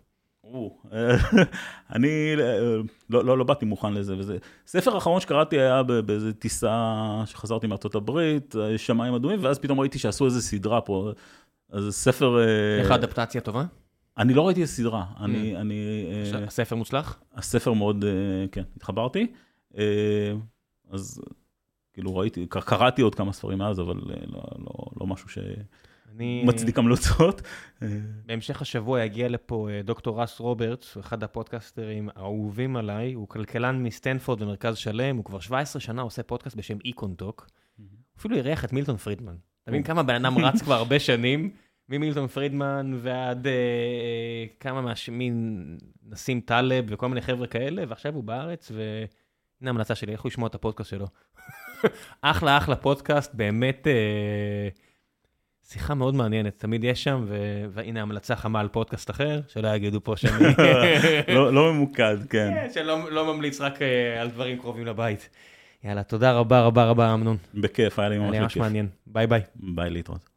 אני לא באתי מוכן לזה וזה. ספר האחרון שקראתי היה באיזו טיסה שחזרתי מארצות הברית, שמיים אדומים, ואז פתאום ראיתי שעשו איזו סדרה פה, אז ספר... איך האדפטציה טובה? אני לא ראיתי איזו סדרה. הספר מוצלח? הספר מאוד, כן, התחברתי. אז כאילו ראיתי, קראתי עוד כמה ספרים מאז, אבל לא משהו שמצדיק המלצות. בהמשך השבוע יגיע לפה דוקטור רס רוברטס, אחד הפודקאסטרים האהובים עליי, הוא כלכלן מסטנפורד במרכז שלם, הוא כבר 17 שנה עושה פודקאסט בשם איקונטוק, אפילו ירח את מילטון פרידמן. אתה מבין כמה בן אדם רץ כבר הרבה שנים, ממילטון פרידמן ועד כמה מהשמין נסים טלב וכל מיני חבר'ה כאלה, ועכשיו הוא בארץ, והנה המלצה שלי, איך הוא ישמוע את הפודקאסט שלו. אחלה פודקאסט, באמת שיחה מאוד מעניינת, תמיד יש שם, והנה המלצה חמה על פודקאסט אחר, שלא יגידו פה שאני... לא ממוקד, כן. שלא ממליץ רק על דברים קרובים לבית. יאללה, תודה רבה אמנון. בכיף, היה לי ממש בכיף. ממש מעניין. ביי ביי. ביי להתראות.